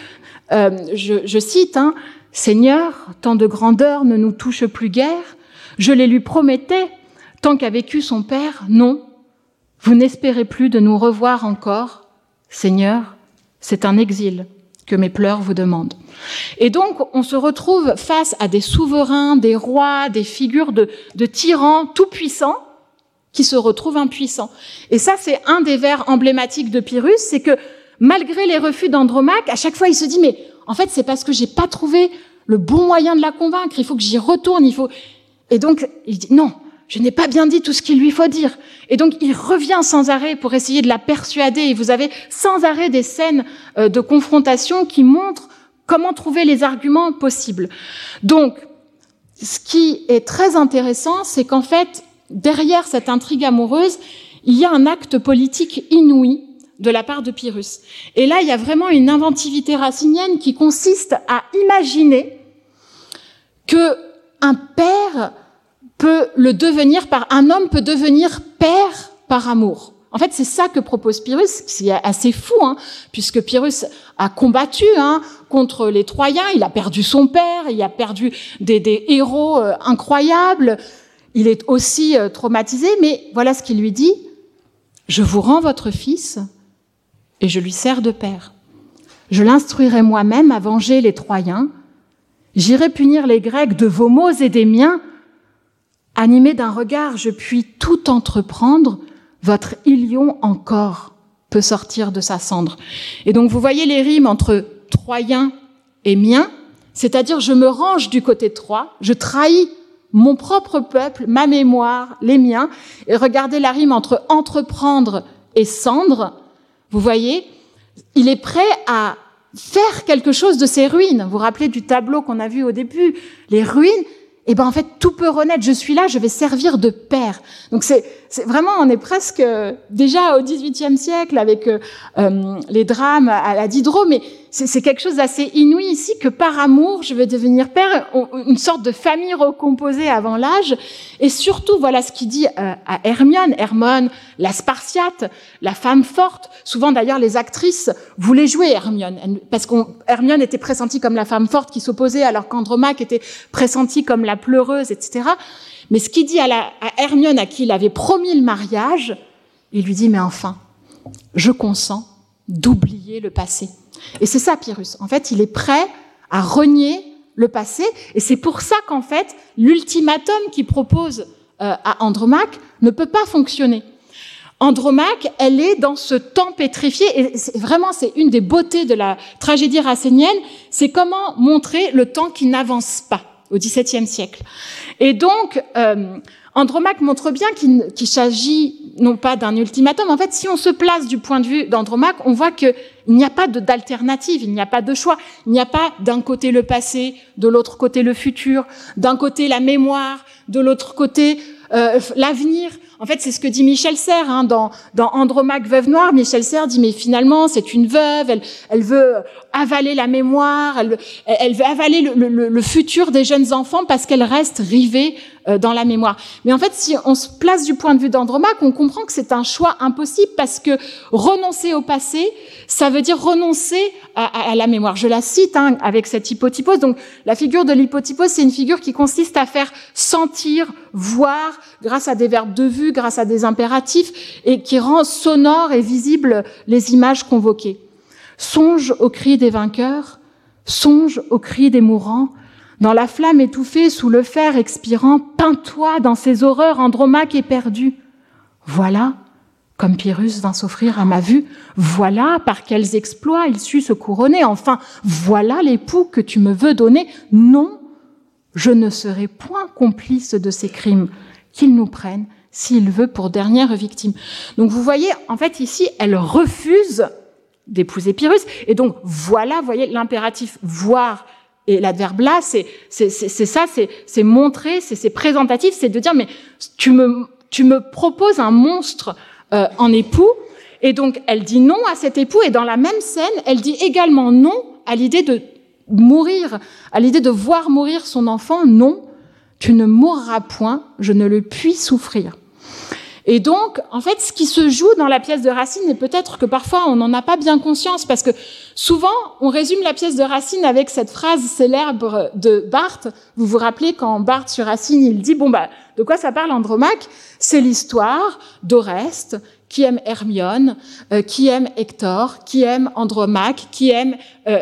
Je cite, « Seigneur, tant de grandeur ne nous touche plus guère. Je les lui promettais, tant qu'a vécu son père, non. Vous n'espérez plus de nous revoir encore. Seigneur, c'est un exil que mes pleurs vous demandent. » Et donc, on se retrouve face à des souverains, des rois, des figures de tyrans tout-puissants qui se retrouvent impuissants. Et ça, c'est un des vers emblématiques de Pyrrhus, c'est que malgré les refus d'Andromaque, à chaque fois, il se dit, mais en fait, c'est parce que j'ai pas trouvé le bon moyen de la convaincre, il faut que j'y retourne, Et donc, il dit, non, je n'ai pas bien dit tout ce qu'il lui faut dire. Et donc, il revient sans arrêt pour essayer de la persuader. Et vous avez sans arrêt des scènes de confrontation qui montrent comment trouver les arguments possibles. Donc, ce qui est très intéressant, c'est qu'en fait, derrière cette intrigue amoureuse, il y a un acte politique inouï de la part de Pyrrhus. Et là, il y a vraiment une inventivité racinienne qui consiste à imaginer que un père un homme peut devenir père par amour. En fait, c'est ça que propose Pyrrhus, c'est assez fou, puisque Pyrrhus a combattu contre les Troyens, il a perdu son père, il a perdu des héros incroyables, il est aussi traumatisé, mais voilà ce qu'il lui dit, « Je vous rends votre fils et je lui sers de père. Je l'instruirai moi-même à venger les Troyens, j'irai punir les Grecs de vos maux et des miens, animé d'un regard, je puis tout entreprendre, votre Ilion encore peut sortir de sa cendre. » Et donc vous voyez les rimes entre Troyen et mien, c'est-à-dire je me range du côté de Troie, je trahis mon propre peuple, ma mémoire, les miens, et regardez la rime entre entreprendre et cendre, vous voyez, il est prêt à faire quelque chose de ces ruines. Vous vous rappelez du tableau qu'on a vu au début, les ruines, et en fait, tout peut renaître. Je suis là, je vais servir de père. Donc c'est vraiment, on est presque déjà au XVIIIe siècle avec les drames à la Diderot, mais c'est quelque chose d'assez inouï ici, que par amour, je vais devenir père, une sorte de famille recomposée avant l'âge. Et surtout, voilà ce qu'il dit à Hermione, la Spartiate, la femme forte. Souvent, d'ailleurs, les actrices voulaient jouer Hermione, parce qu'Hermione était pressentie comme la femme forte qui s'opposait, alors qu'Andromaque était pressentie comme la pleureuse, etc. Mais ce qu'il dit à Hermione, à qui il avait promis le mariage, il lui dit, mais enfin, je consens d'oublier le passé. Et c'est ça, Pyrrhus. En fait, il est prêt à renier le passé. Et c'est pour ça qu'en fait, l'ultimatum qu'il propose à Andromaque ne peut pas fonctionner. Andromaque, elle est dans ce temps pétrifié. Et c'est une des beautés de la tragédie racinienne. C'est comment montrer le temps qui n'avance pas au XVIIe siècle. Et donc, Andromaque montre bien qu'il s'agit non pas d'un ultimatum. En fait, si on se place du point de vue d'Andromaque, on voit qu'il n'y a pas d'alternative, il n'y a pas de choix. Il n'y a pas d'un côté le passé, de l'autre côté le futur, d'un côté la mémoire, de l'autre côté l'avenir. En fait, c'est ce que dit Michel Serres dans Andromaque, veuve noire. Michel Serres dit, mais finalement, c'est une veuve, elle veut avaler la mémoire, elle veut avaler le futur des jeunes enfants parce qu'elle reste rivée dans la mémoire. Mais en fait, si on se place du point de vue d'Andromaque, on comprend que c'est un choix impossible parce que renoncer au passé, ça veut dire renoncer à la mémoire. Je la cite avec cette hypotypose. Donc, la figure de l'hypotypose, c'est une figure qui consiste à faire sentir, voir, grâce à des verbes de vue, grâce à des impératifs, et qui rend sonores et visibles les images convoquées. Songe aux cris des vainqueurs, songe aux cris des mourants, dans la flamme étouffée, sous le fer expirant, peins-toi dans ces horreurs, Andromaque éperdu. Voilà, comme Pyrrhus vint s'offrir à ma vue, voilà par quels exploits il sut se couronner, enfin, voilà l'époux que tu me veux donner. Non, je ne serai point complice de ces crimes, qu'il nous prenne, s'il veut, pour dernière victime. Donc vous voyez, en fait, ici, elle refuse d'épouser Pyrrhus, et donc voilà, vous voyez, l'impératif « voir » et l'adverbe là, c'est ça, c'est montrer, c'est présentatif, c'est de dire, mais tu me proposes un monstre en époux, et donc elle dit non à cet époux, et dans la même scène, elle dit également non à l'idée de mourir, à l'idée de voir mourir son enfant. Non, tu ne mourras point, je ne le puis souffrir. Et donc, en fait, ce qui se joue dans la pièce de Racine, et peut-être que parfois on n'en a pas bien conscience, parce que souvent on résume la pièce de Racine avec cette phrase célèbre de Barthes. Vous vous rappelez quand Barthes sur Racine, il dit, de quoi ça parle Andromaque? C'est l'histoire d'Oreste qui aime Hermione, qui aime Hector, qui aime Andromaque, qui aime...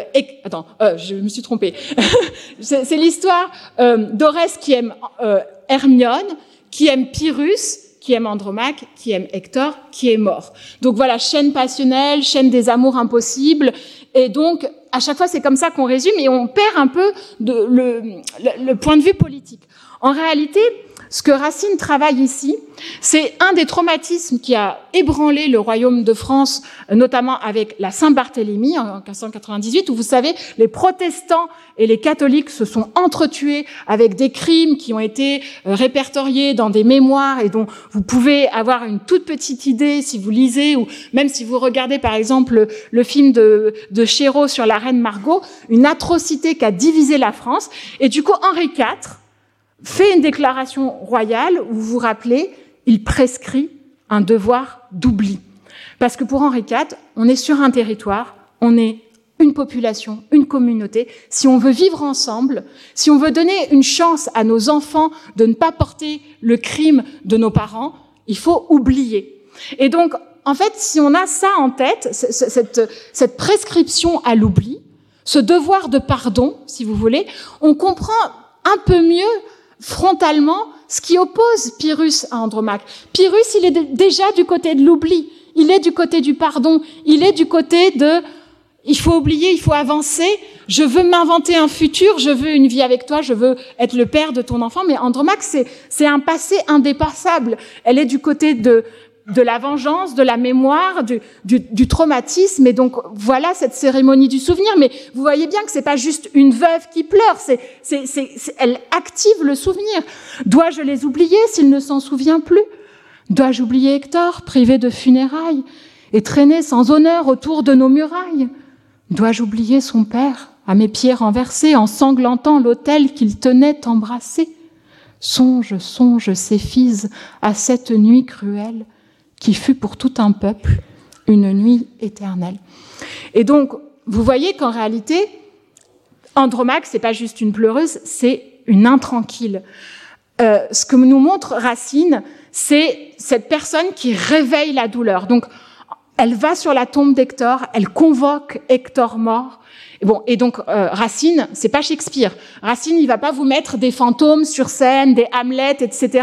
je me suis trompée. C'est l'histoire d'Oreste qui aime Hermione, qui aime Pyrrhus, qui aime Andromaque, qui aime Hector, qui est mort. Donc voilà, chaîne passionnelle, chaîne des amours impossibles. Et donc, à chaque fois, c'est comme ça qu'on résume et on perd un peu le point de vue politique. En réalité, ce que Racine travaille ici, c'est un des traumatismes qui a ébranlé le royaume de France, notamment avec la Saint-Barthélemy en 1598, où vous savez, les protestants et les catholiques se sont entretués avec des crimes qui ont été répertoriés dans des mémoires et dont vous pouvez avoir une toute petite idée si vous lisez, ou même si vous regardez par exemple le film de Chéreau sur la reine Margot, une atrocité qui a divisé la France. Et du coup, Henri IV fait une déclaration royale où, vous vous rappelez, il prescrit un devoir d'oubli. Parce que pour Henri IV, on est sur un territoire, on est une population, une communauté. Si on veut vivre ensemble, si on veut donner une chance à nos enfants de ne pas porter le crime de nos parents, il faut oublier. Et donc, en fait, si on a ça en tête, cette prescription à l'oubli, ce devoir de pardon, si vous voulez, on comprend un peu mieux frontalement ce qui oppose Pyrrhus à Andromaque. Pyrrhus, il est déjà du côté de l'oubli, il est du côté du pardon, il est du côté de il faut oublier, il faut avancer, je veux m'inventer un futur, je veux une vie avec toi, je veux être le père de ton enfant. Mais Andromaque, c'est un passé indépassable. Elle est du côté de la vengeance, de la mémoire, du traumatisme. Et donc, voilà cette cérémonie du souvenir. Mais vous voyez bien que c'est pas juste une veuve qui pleure, elle active le souvenir. Dois-je les oublier s'il ne s'en souvient plus? Dois-je oublier Hector, privé de funérailles, et traîner sans honneur autour de nos murailles? Dois-je oublier son père, à mes pieds renversés, ensanglantant l'autel qu'il tenait embrassé? Songe, songe, Céphise, à cette nuit cruelle qui fut pour tout un peuple une nuit éternelle. Et donc, vous voyez qu'en réalité, Andromaque, c'est pas juste une pleureuse, c'est une intranquille. Ce que nous montre Racine, c'est cette personne qui réveille la douleur. Donc, elle va sur la tombe d'Hector, elle convoque Hector mort. Et donc, Racine, c'est pas Shakespeare. Racine, il va pas vous mettre des fantômes sur scène, des Hamlet, etc.,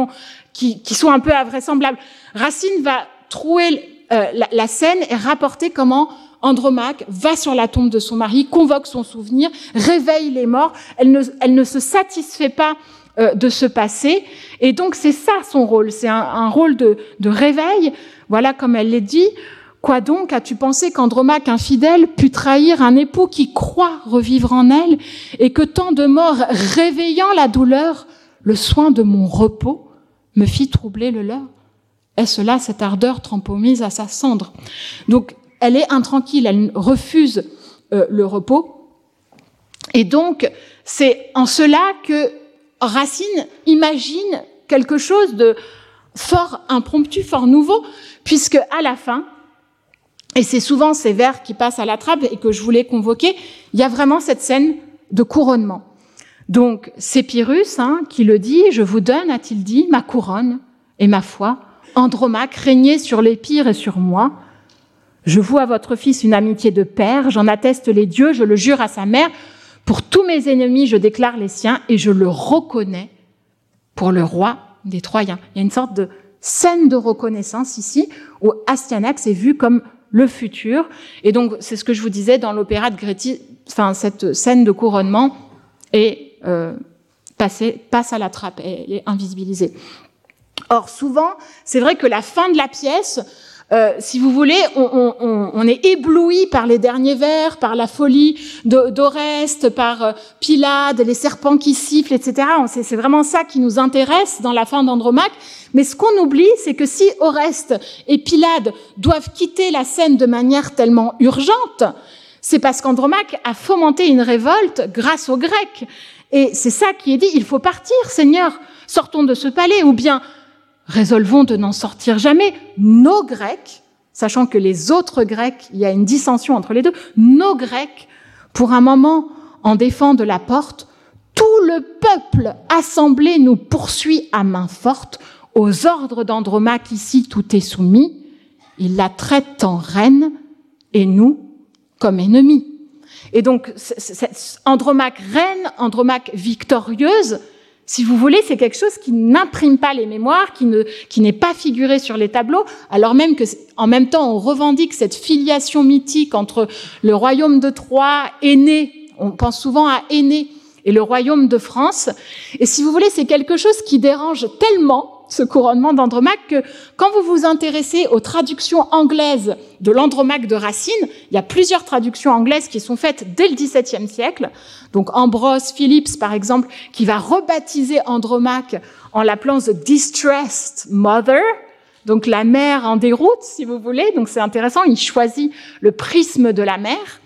qui sont un peu invraisemblables. Racine va trouver la scène et rapporter comment Andromaque va sur la tombe de son mari, convoque son souvenir, réveille les morts. Elle ne se satisfait pas de ce passé. Et donc, c'est ça son rôle. C'est un rôle de réveil. Voilà comme elle l'a dit. Quoi donc as-tu pensé qu'Andromaque infidèle put trahir un époux qui croit revivre en elle et que tant de morts réveillant la douleur, le soin de mon repos me fit troubler le leur? Est-ce là cette ardeur trempemise à sa cendre? Donc, elle est intranquille, elle refuse le repos. Et donc, c'est en cela que Racine imagine quelque chose de fort impromptu, fort nouveau, puisque à la fin, et c'est souvent ces vers qui passent à la trappe et que je voulais convoquer, il y a vraiment cette scène de couronnement. Donc, c'est Pyrrhus qui le dit, « Je vous donne, a-t-il dit, ma couronne et ma foi. Andromaque, régnez sur l'Épire et sur moi. Je voue à votre fils une amitié de père, j'en atteste les dieux, je le jure à sa mère. Pour tous mes ennemis, je déclare les siens et je le reconnais pour le roi des Troyens. » Il y a une sorte de scène de reconnaissance ici où Astyanax est vu comme le futur. Et donc, c'est ce que je vous disais dans l'opéra de Gréty, cette scène de couronnement passe à la trappe, elle est invisibilisée. Or, souvent, c'est vrai que la fin de la pièce, si vous voulez, on est ébloui par les derniers vers, par la folie d'Oreste, par Pylade, les serpents qui sifflent, etc. C'est vraiment ça qui nous intéresse dans la fin d'Andromaque. Mais ce qu'on oublie, c'est que si Oreste et Pylade doivent quitter la scène de manière tellement urgente, c'est parce qu'Andromaque a fomenté une révolte grâce aux Grecs. Et c'est ça qui est dit, il faut partir, Seigneur, sortons de ce palais, ou bien résolvons de n'en sortir jamais. Nos Grecs, sachant que les autres Grecs, il y a une dissension entre les deux, nos Grecs, pour un moment, en défendent la porte, tout le peuple assemblé nous poursuit à main forte. Aux ordres d'Andromaque, ici, tout est soumis. Il la traite en reine et nous comme ennemis. Et donc, Andromaque reine, Andromaque victorieuse, si vous voulez, c'est quelque chose qui n'imprime pas les mémoires, qui n'est pas figuré sur les tableaux, alors même que, en même temps, on revendique cette filiation mythique entre le royaume de Troie, Énée, on pense souvent à Énée, et le royaume de France. Et si vous voulez, c'est quelque chose qui dérange tellement ce couronnement d'Andromaque que quand vous vous intéressez aux traductions anglaises de l'Andromaque de Racine, il y a plusieurs traductions anglaises qui sont faites dès le XVIIe siècle. Donc Ambrose Phillips, par exemple, qui va rebaptiser Andromaque en l'appelant The Distressed Mother, donc la mère en déroute, si vous voulez. Donc c'est intéressant, il choisit le prisme de la mère.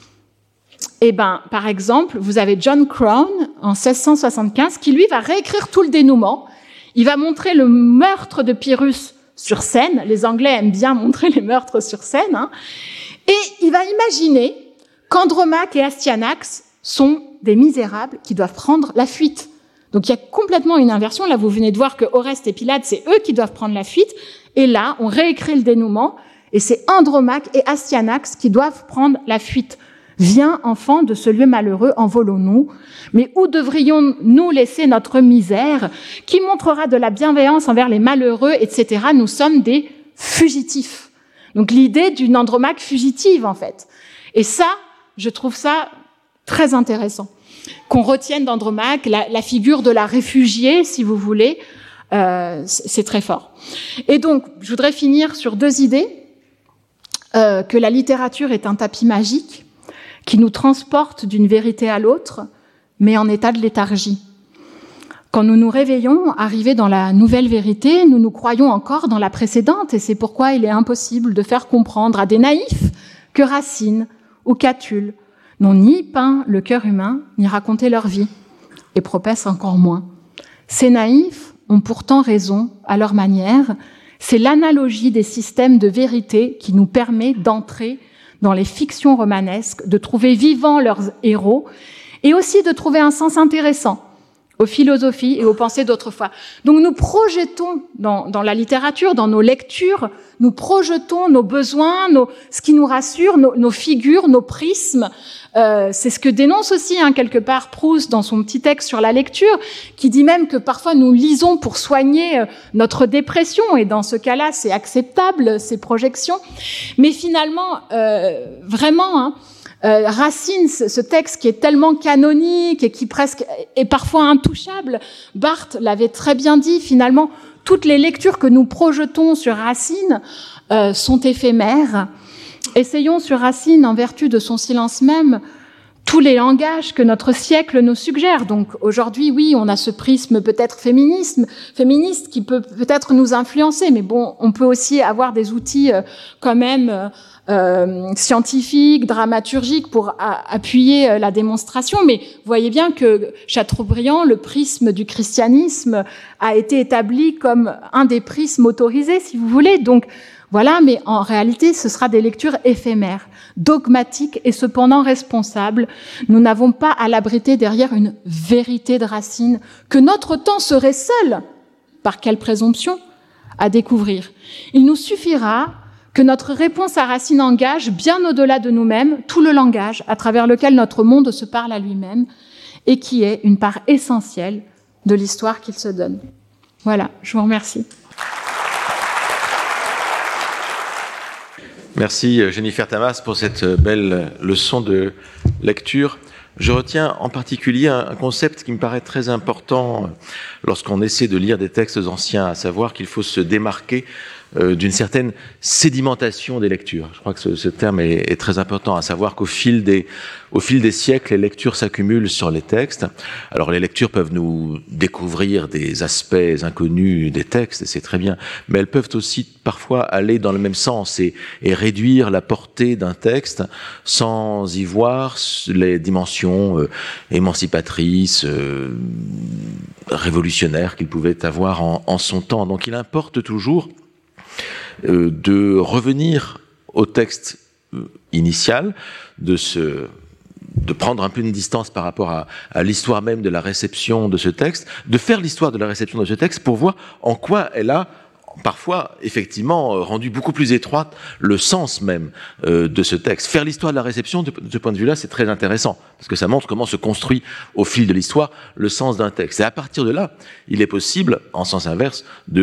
Eh ben, par exemple, vous avez John Crowne, en 1675, qui, lui, va réécrire tout le dénouement. Il va montrer le meurtre de Pyrrhus sur scène. Les Anglais aiment bien montrer les meurtres sur scène. Et il va imaginer qu'Andromaque et Astyanax sont des misérables qui doivent prendre la fuite. Donc il y a complètement une inversion. Là, vous venez de voir que Oreste et Pylade, c'est eux qui doivent prendre la fuite. Et là, on réécrit le dénouement. Et c'est Andromaque et Astyanax qui doivent prendre la fuite. Viens, enfant, de ce lieu malheureux, envolons-nous. Mais où devrions-nous laisser notre misère? Qui montrera de la bienveillance envers les malheureux, etc. Nous sommes des fugitifs. Donc l'idée d'une Andromaque fugitive, en fait. Et ça, je trouve ça très intéressant. Qu'on retienne d'Andromaque la figure de la réfugiée, si vous voulez, c'est très fort. Et donc, je voudrais finir sur deux idées. Que la littérature est un tapis magique, qui nous transporte d'une vérité à l'autre, mais en état de léthargie. Quand nous nous réveillons, arrivés dans la nouvelle vérité, nous nous croyons encore dans la précédente, et c'est pourquoi il est impossible de faire comprendre à des naïfs que Racine, ou Catulle n'ont ni peint le cœur humain, ni raconté leur vie, et Propès encore moins. Ces naïfs ont pourtant raison à leur manière. C'est l'analogie des systèmes de vérité qui nous permet d'entrer dans les fictions romanesques, de trouver vivants leurs héros, et aussi de trouver un sens intéressant aux philosophies et aux pensées d'autrefois. Donc nous projetons dans la littérature, dans nos lectures, nous projetons nos besoins, ce qui nous rassure, nos figures, nos prismes. C'est ce que dénonce aussi quelque part Proust dans son petit texte sur la lecture, qui dit même que parfois nous lisons pour soigner notre dépression, et dans ce cas-là, c'est acceptable, ces projections. Mais finalement, vraiment... Racine, ce texte qui est tellement canonique et qui presque est parfois intouchable, Barthes l'avait très bien dit, finalement, toutes les lectures que nous projetons sur Racine sont éphémères. Essayons sur Racine, en vertu de son silence même, tous les langages que notre siècle nous suggère. Donc aujourd'hui, oui, on a ce prisme peut-être féministe qui peut peut-être nous influencer, mais bon, on peut aussi avoir des outils quand même scientifiques, dramaturgiques pour appuyer la démonstration. Mais vous voyez bien que Chateaubriand, le prisme du christianisme, a été établi comme un des prismes autorisés, si vous voulez. Donc voilà, mais en réalité, ce sera des lectures éphémères, dogmatiques et cependant responsables. Nous n'avons pas à l'abriter derrière une vérité de Racine que notre temps serait seul, par quelle présomption, à découvrir. Il nous suffira que notre réponse à Racine engage, bien au-delà de nous-mêmes, tout le langage à travers lequel notre monde se parle à lui-même et qui est une part essentielle de l'histoire qu'il se donne. Voilà, je vous remercie. Merci Jennifer Tamas pour cette belle leçon de lecture. Je retiens en particulier un concept qui me paraît très important lorsqu'on essaie de lire des textes anciens, à savoir qu'il faut se démarquer d'une certaine sédimentation des lectures. Je crois que ce terme est très important, à savoir qu'au fil des siècles, les lectures s'accumulent sur les textes. Alors les lectures peuvent nous découvrir des aspects inconnus des textes, et c'est très bien, mais elles peuvent aussi parfois aller dans le même sens et réduire la portée d'un texte sans y voir les dimensions émancipatrices, révolutionnaires qu'il pouvait avoir en son temps. Donc il importe toujours de revenir au texte initial, de prendre un peu une distance par rapport à l'histoire même de la réception de ce texte, de faire l'histoire de la réception de ce texte pour voir en quoi elle a parfois, effectivement, rendu beaucoup plus étroite le sens même de ce texte. Faire l'histoire de la réception, de ce point de vue-là, c'est très intéressant, parce que ça montre comment se construit au fil de l'histoire le sens d'un texte. Et à partir de là, il est possible, en sens inverse,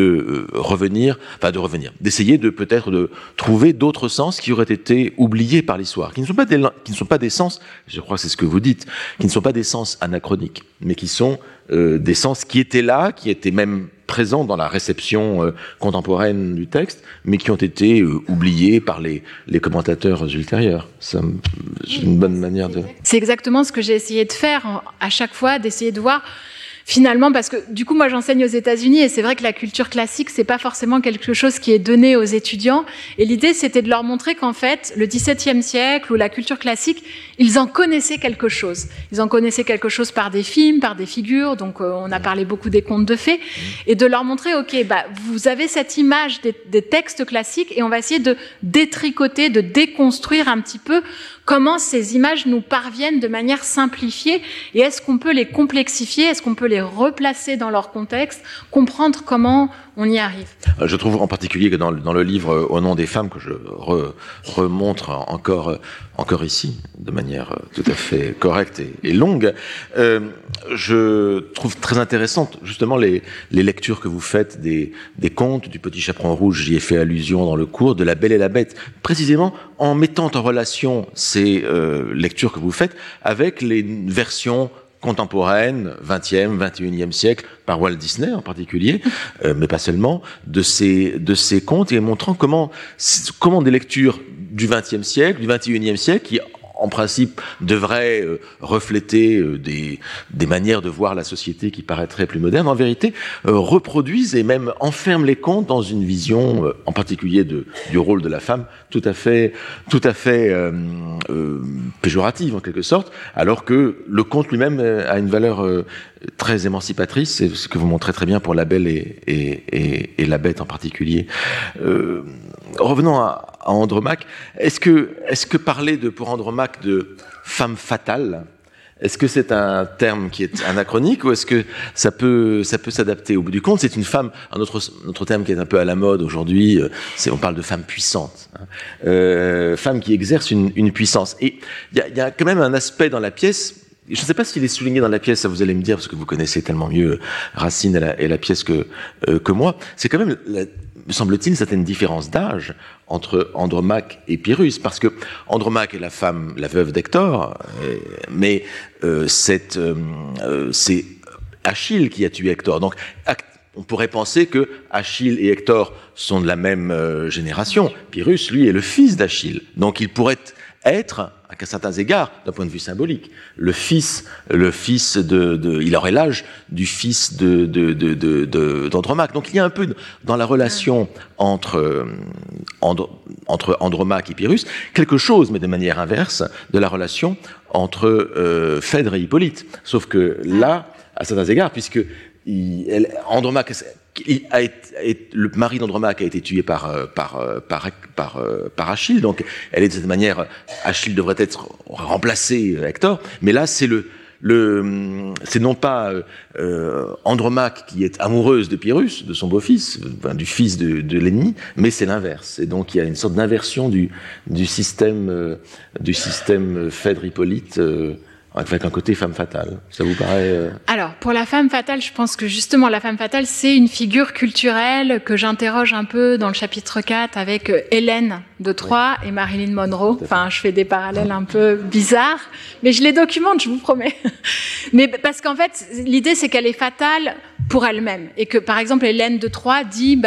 d'essayer peut-être de trouver d'autres sens qui auraient été oubliés par l'histoire, qui ne sont pas des sens, je crois que c'est ce que vous dites, qui ne sont pas des sens anachroniques, mais qui sont des sens qui étaient là, qui étaient même présents dans la réception contemporaine du texte, mais qui ont été oubliés par les commentateurs ultérieurs. C'est une bonne manière de... C'est exactement ce que j'ai essayé de faire à chaque fois, d'essayer de voir finalement, parce que du coup, moi, j'enseigne aux États-Unis et c'est vrai que la culture classique, c'est pas forcément quelque chose qui est donné aux étudiants. Et l'idée, c'était de leur montrer qu'en fait, le XVIIe siècle ou la culture classique, ils en connaissaient quelque chose. Ils en connaissaient quelque chose par des films, par des figures. Donc, on a parlé beaucoup des contes de fées. Et de leur montrer, OK, vous avez cette image des textes classiques et on va essayer de détricoter, de déconstruire un petit peu comment ces images nous parviennent de manière simplifiée et est-ce qu'on peut les complexifier, est-ce qu'on peut les replacer dans leur contexte, comprendre comment on y arrive. Je trouve en particulier que dans le livre Au nom des femmes, que je remontre encore ici, de manière tout à fait correcte et longue, je trouve très intéressante justement les lectures que vous faites des contes du Petit Chaperon Rouge, j'y ai fait allusion dans le cours, de La Belle et la Bête, précisément en mettant en relation ces lectures que vous faites avec les versions contemporaine, 20e, 21e siècle, par Walt Disney en particulier, mais pas seulement, de ces contes, et montrant comment des lectures du 20e siècle, du 21e siècle, qui en principe, devraient refléter des manières de voir la société qui paraîtraient plus modernes, en vérité, reproduisent et même enferment les contes dans une vision, en particulier du rôle de la femme, tout à fait péjorative, en quelque sorte, alors que le conte lui-même a une valeur très émancipatrice, c'est ce que vous montrez très bien pour La Belle et la Bête en particulier. Revenons à Andromaque. Est-ce que parler pour Andromaque de femme fatale, est-ce que c'est un terme qui est anachronique ou est-ce que ça peut s'adapter au bout du compte? C'est une femme, un autre terme qui est un peu à la mode aujourd'hui, on parle de femme puissante, femme qui exerce une puissance. Et il y a quand même un aspect dans la pièce. Je ne sais pas s'il est souligné dans la pièce, ça vous allez me dire, parce que vous connaissez tellement mieux Racine et la pièce que moi. C'est quand même, me semble-t-il, une certaine différence d'âge entre Andromaque et Pyrrhus, parce que Andromaque est la veuve d'Hector, mais c'est Achille qui a tué Hector. Donc, on pourrait penser que Achille et Hector sont de la même génération. Pyrrhus, lui, est le fils d'Achille. Donc, il pourrait être, à certains égards, d'un point de vue symbolique, le fils il aurait l'âge du fils d'Andromaque. Donc il y a un peu dans la relation entre Andromaque et Pyrrhus, quelque chose, mais de manière inverse, de la relation entre Phèdre et Hippolyte. Sauf que là, à certains égards, puisque Andromaque, le mari d'Andromaque a été tué par Achille, donc elle est de cette manière, Achille devrait être remplacé Hector, mais là c'est c'est non pas Andromaque qui est amoureuse de Pyrrhus, de son beau-fils, du fils de l'ennemi, mais c'est l'inverse. Et donc il y a une sorte d'inversion du système Phèdre-Hippolyte. Avec un côté femme fatale. Ça vous paraît... Alors, pour la femme fatale, je pense que justement, la femme fatale, c'est une figure culturelle que j'interroge un peu dans le chapitre 4 avec Hélène de Troie et Marilyn Monroe. Enfin, je fais des parallèles un peu bizarres, mais je les documente, je vous promets. Mais parce qu'en fait, l'idée, c'est qu'elle est fatale pour elle-même. Et que, par exemple, Hélène de Troie dit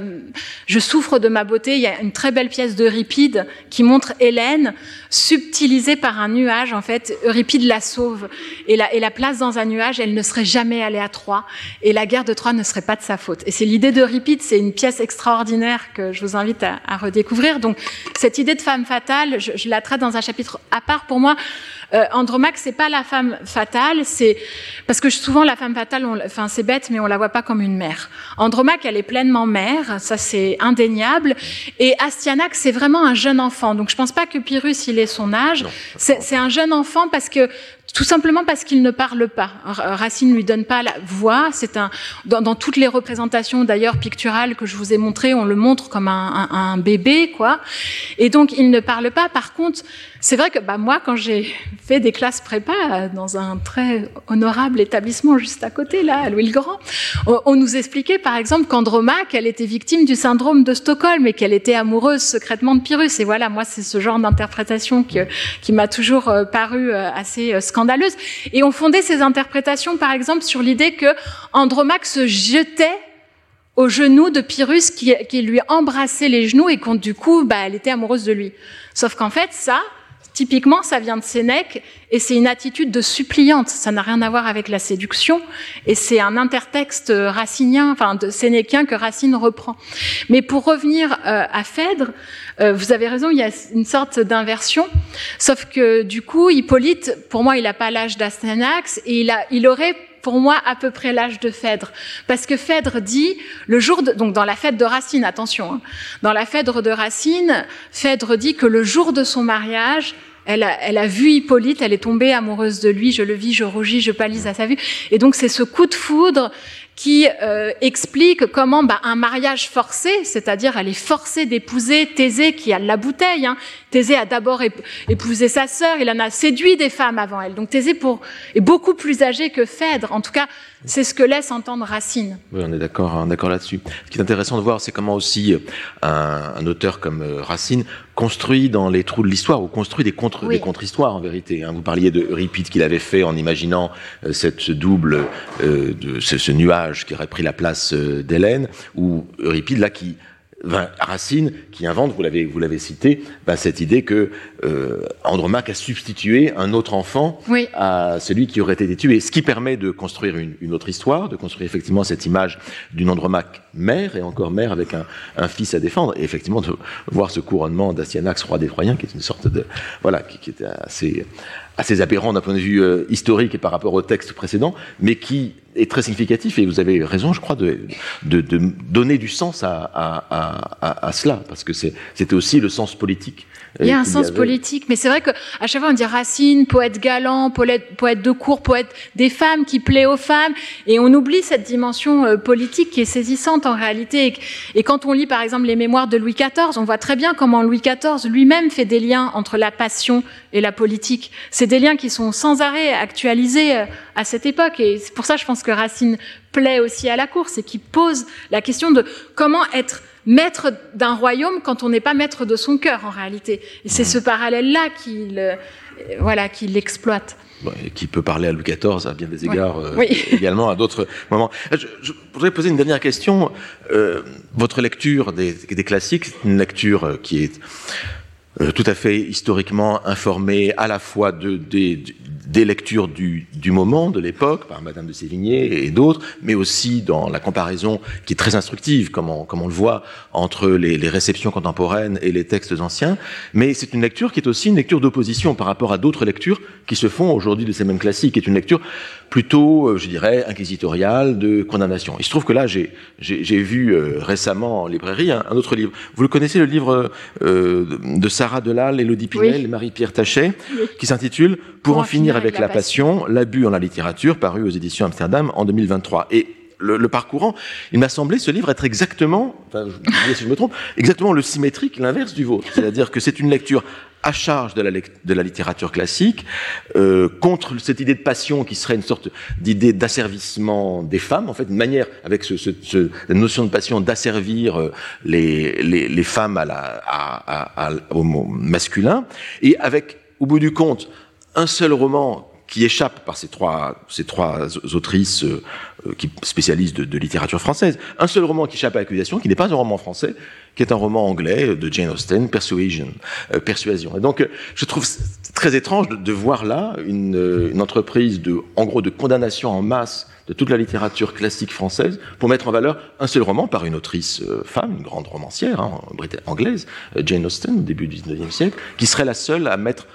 je souffre de ma beauté. Il y a une très belle pièce d'Euripide qui montre Hélène subtilisée par un nuage. En fait, Euripide la sauve et la place dans un nuage. Elle ne serait jamais allée à Troie. Et la guerre de Troie ne serait pas de sa faute. Et c'est l'idée d'Euripide. C'est une pièce extraordinaire que je vous invite à redécouvrir. Donc, cette idée de femme fatale, je la traite dans un chapitre à part. Pour moi, Andromaque, c'est pas la femme fatale, c'est parce que souvent la femme fatale, c'est bête, mais on la voit pas comme une mère. Andromaque, elle est pleinement mère, ça c'est indéniable. Et Astyanax, c'est vraiment un jeune enfant. Donc je pense pas que Pyrrhus, il ait son âge. C'est un jeune enfant tout simplement parce qu'il ne parle pas. Racine lui donne pas la voix. Dans toutes les représentations d'ailleurs picturales que je vous ai montrées, on le montre comme un bébé, quoi. Et donc il ne parle pas. Par contre, c'est vrai que moi, quand j'ai fait des classes prépa dans un très honorable établissement juste à côté, là, à Louis-le-Grand, on nous expliquait par exemple qu'Andromaque, elle était victime du syndrome de Stockholm et qu'elle était amoureuse secrètement de Pyrrhus. Et voilà, moi, c'est ce genre d'interprétation qui m'a toujours paru assez scandaleuse. Et on fondait ces interprétations, par exemple, sur l'idée que Andromaque se jetait aux genoux de Pyrrhus qui lui embrassait les genoux et du coup, elle était amoureuse de lui. Sauf qu'en fait, typiquement, ça vient de Sénèque et c'est une attitude de suppliante. Ça n'a rien à voir avec la séduction et c'est un intertexte racinien, de sénéquien que Racine reprend. Mais pour revenir à Phèdre, vous avez raison, il y a une sorte d'inversion. Sauf que du coup, Hippolyte, pour moi, il n'a pas l'âge d'Astyanax et il aurait pour moi, à peu près l'âge de Phèdre. Parce que Phèdre dit, donc dans la Phèdre de Racine, attention, dans la Phèdre de Racine, Phèdre dit que le jour de son mariage, elle a vu Hippolyte, elle est tombée amoureuse de lui, je le vis, je rougis, je pâlis à sa vue. Et donc c'est ce coup de foudre qui explique comment un mariage forcé, c'est-à-dire elle est forcée d'épouser Thésée qui a la bouteille. Thésée a d'abord épousé sa sœur, il en a séduit des femmes avant elle. Donc Thésée est beaucoup plus âgé que Phèdre. En tout cas, c'est ce que laisse entendre Racine. Oui, on est d'accord là-dessus. Ce qui est intéressant de voir, c'est comment aussi un auteur comme Racine construit dans les trous de l'histoire, ou construit des contre-histoires en vérité. Vous parliez de Euripide qu'il avait fait en imaginant ce nuage qui aurait pris la place d'Hélène, ou Euripide là qui Racine qui invente, vous l'avez cité, cette idée que Andromaque a substitué un autre enfant à celui qui aurait été tué, ce qui permet de construire une autre histoire, de construire effectivement cette image d'une Andromaque mère, et encore mère avec un fils à défendre, et effectivement de voir ce couronnement d'Astyanax, roi des Troyens, qui est une sorte de qui était assez aberrant d'un point de vue historique et par rapport au texte précédent, mais qui est très significatif, et vous avez raison, je crois, de donner du sens à cela, parce que c'était aussi le sens politique. Il y a un sens politique, mais c'est vrai qu'à chaque fois on dit Racine, poète galant, poète de cour, poète des femmes, qui plaît aux femmes, et on oublie cette dimension politique qui est saisissante en réalité. Et quand on lit par exemple les mémoires de Louis XIV, on voit très bien comment Louis XIV lui-même fait des liens entre la passion et la politique. C'est des liens qui sont sans arrêt actualisés à cette époque, et c'est pour ça je pense que Racine plaît aussi à la cour, c'est qu'il pose la question de comment être maître d'un royaume quand on n'est pas maître de son cœur en réalité. Et c'est ce parallèle-là qu'il exploite. Et qui peut parler à Louis XIV à bien des égards, également à d'autres moments. Je voudrais poser une dernière question. Votre lecture des classiques, c'est une lecture qui est tout à fait historiquement informée à la fois des lectures du moment, de l'époque, par Madame de Sévigné et d'autres, mais aussi dans la comparaison qui est très instructive, comme on le voit, entre les réceptions contemporaines et les textes anciens. Mais c'est une lecture qui est aussi une lecture d'opposition par rapport à d'autres lectures qui se font aujourd'hui de ces mêmes classiques, qui est une lecture plutôt, je dirais, inquisitoriale, de condamnation. Il se trouve que là, j'ai vu récemment en librairie un autre livre. Vous le connaissez, le livre de Sarah Delal, Élodie Pinel et Marie-Pierre Tachet, qui s'intitule « Pour en finir avec la passion, l'abus en la littérature », paru aux éditions Amsterdam en 2023. Et le parcourant, il m'a semblé ce livre être exactement, enfin, je me dis si je me trompe, exactement le symétrique, l'inverse du vôtre. C'est-à-dire que c'est une lecture à charge de la littérature classique, contre cette idée de passion qui serait une sorte d'idée d'asservissement des femmes, en fait, une manière, avec la notion de passion, d'asservir les femmes au masculin, et avec, au bout du compte, un seul roman qui échappe par ces trois autrices qui spécialistes de littérature française, un seul roman qui échappe à l'accusation, qui n'est pas un roman français, qui est un roman anglais de Jane Austen, Persuasion. Et donc, je trouve très étrange de voir là une entreprise de condamnation en masse de toute la littérature classique française pour mettre en valeur un seul roman par une autrice femme, une grande romancière anglaise, Jane Austen, au début du XIXe siècle, qui serait la seule à mettre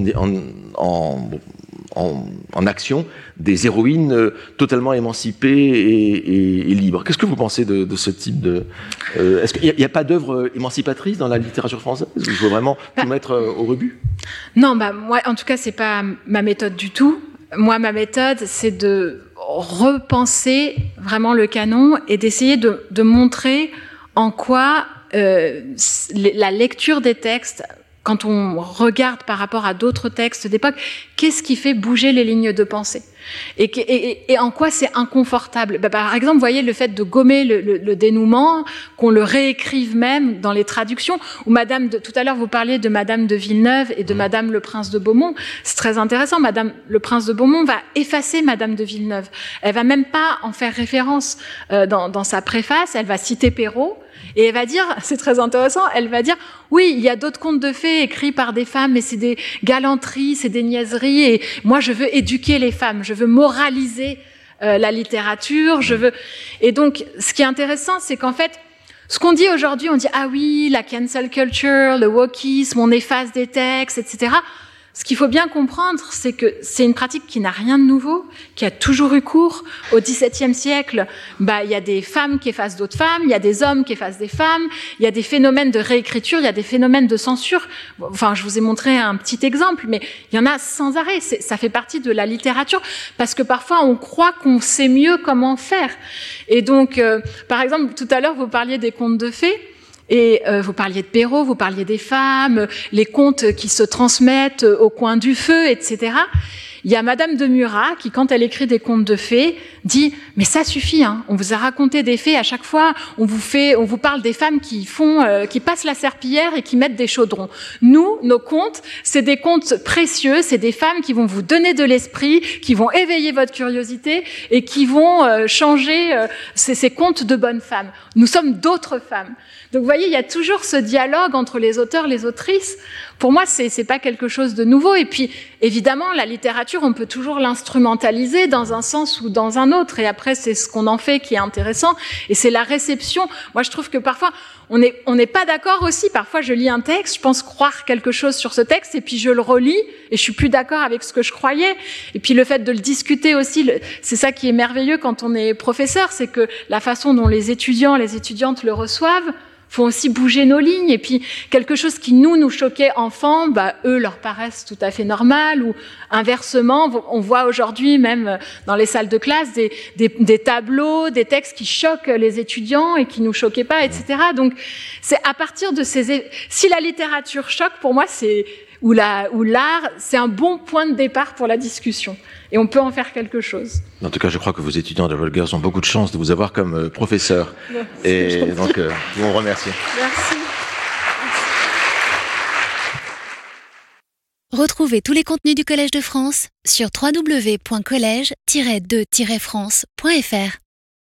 en action des héroïnes totalement émancipées et libres. Qu'est-ce que vous pensez de ce type de... Est-ce qu'il n'y a pas d'œuvre émancipatrice dans la littérature française? Il faut vraiment tout mettre au rebut? Non, moi, en tout cas, c'est pas ma méthode du tout. Moi, ma méthode, c'est de repenser vraiment le canon et d'essayer de montrer en quoi la lecture des textes, quand on regarde par rapport à d'autres textes d'époque, qu'est-ce qui fait bouger les lignes de pensée et en quoi c'est inconfortable. Par exemple, vous voyez le fait de gommer le dénouement, qu'on le réécrive même dans les traductions, ou tout à l'heure vous parliez de Madame de Villeneuve et de Madame le Prince de Beaumont, c'est très intéressant. Madame le Prince de Beaumont va effacer Madame de Villeneuve. Elle va même pas en faire référence dans sa préface, elle va citer Perrault, et elle va dire, c'est très intéressant, elle va dire, oui, il y a d'autres contes de fées écrits par des femmes, mais c'est des galanteries, c'est des niaiseries, et moi je veux éduquer les femmes, je veux moraliser la littérature, Et donc, ce qui est intéressant, c'est qu'en fait, ce qu'on dit aujourd'hui, on dit, ah oui, la cancel culture, le wokisme, on efface des textes, etc. Ce qu'il faut bien comprendre, c'est que c'est une pratique qui n'a rien de nouveau, qui a toujours eu cours. Au XVIIe siècle, il y a des femmes qui effacent d'autres femmes, il y a des hommes qui effacent des femmes, il y a des phénomènes de réécriture, il y a des phénomènes de censure. Enfin, je vous ai montré un petit exemple, mais il y en a sans arrêt. Ça fait partie de la littérature, parce que parfois on croit qu'on sait mieux comment faire. Et donc, par exemple, tout à l'heure, vous parliez des contes de fées. Et vous parliez de Perrault, vous parliez des femmes, les contes qui se transmettent au coin du feu, etc. Il y a Madame de Murat qui, quand elle écrit des contes de fées, dit « Mais ça suffit, hein, on vous a raconté des fées, à chaque fois, on vous parle des femmes qui passent la serpillière et qui mettent des chaudrons. Nous, nos contes, c'est des contes précieux, c'est des femmes qui vont vous donner de l'esprit, qui vont éveiller votre curiosité et qui vont changer ces contes de bonnes femmes. Nous sommes d'autres femmes. » Donc vous voyez, il y a toujours ce dialogue entre les auteurs, les autrices. Pour moi, c'est pas quelque chose de nouveau. Et puis, évidemment, la littérature, on peut toujours l'instrumentaliser dans un sens ou dans un autre. Et après, c'est ce qu'on en fait qui est intéressant. Et c'est la réception. Moi, je trouve que parfois, on n'est pas d'accord aussi. Parfois, je lis un texte, je pense croire quelque chose sur ce texte, et puis je le relis, et je suis plus d'accord avec ce que je croyais. Et puis le fait de le discuter aussi, c'est ça qui est merveilleux quand on est professeur, c'est que la façon dont les étudiants, les étudiantes le reçoivent, font aussi bouger nos lignes, et puis quelque chose qui nous choquait enfants, eux leur paraissent tout à fait normal, ou inversement, on voit aujourd'hui même dans les salles de classe des tableaux, des textes qui choquent les étudiants et qui nous choquaient pas, etc. Donc c'est à partir de si la littérature choque, pour moi ou l'art, c'est un bon point de départ pour la discussion. Et on peut en faire quelque chose. En tout cas, je crois que vos étudiants de Rutgers ont beaucoup de chance de vous avoir comme professeur. Et donc, vous en remerciez. Merci. Retrouvez tous les contenus du Collège de France sur www.collège-2-france.fr.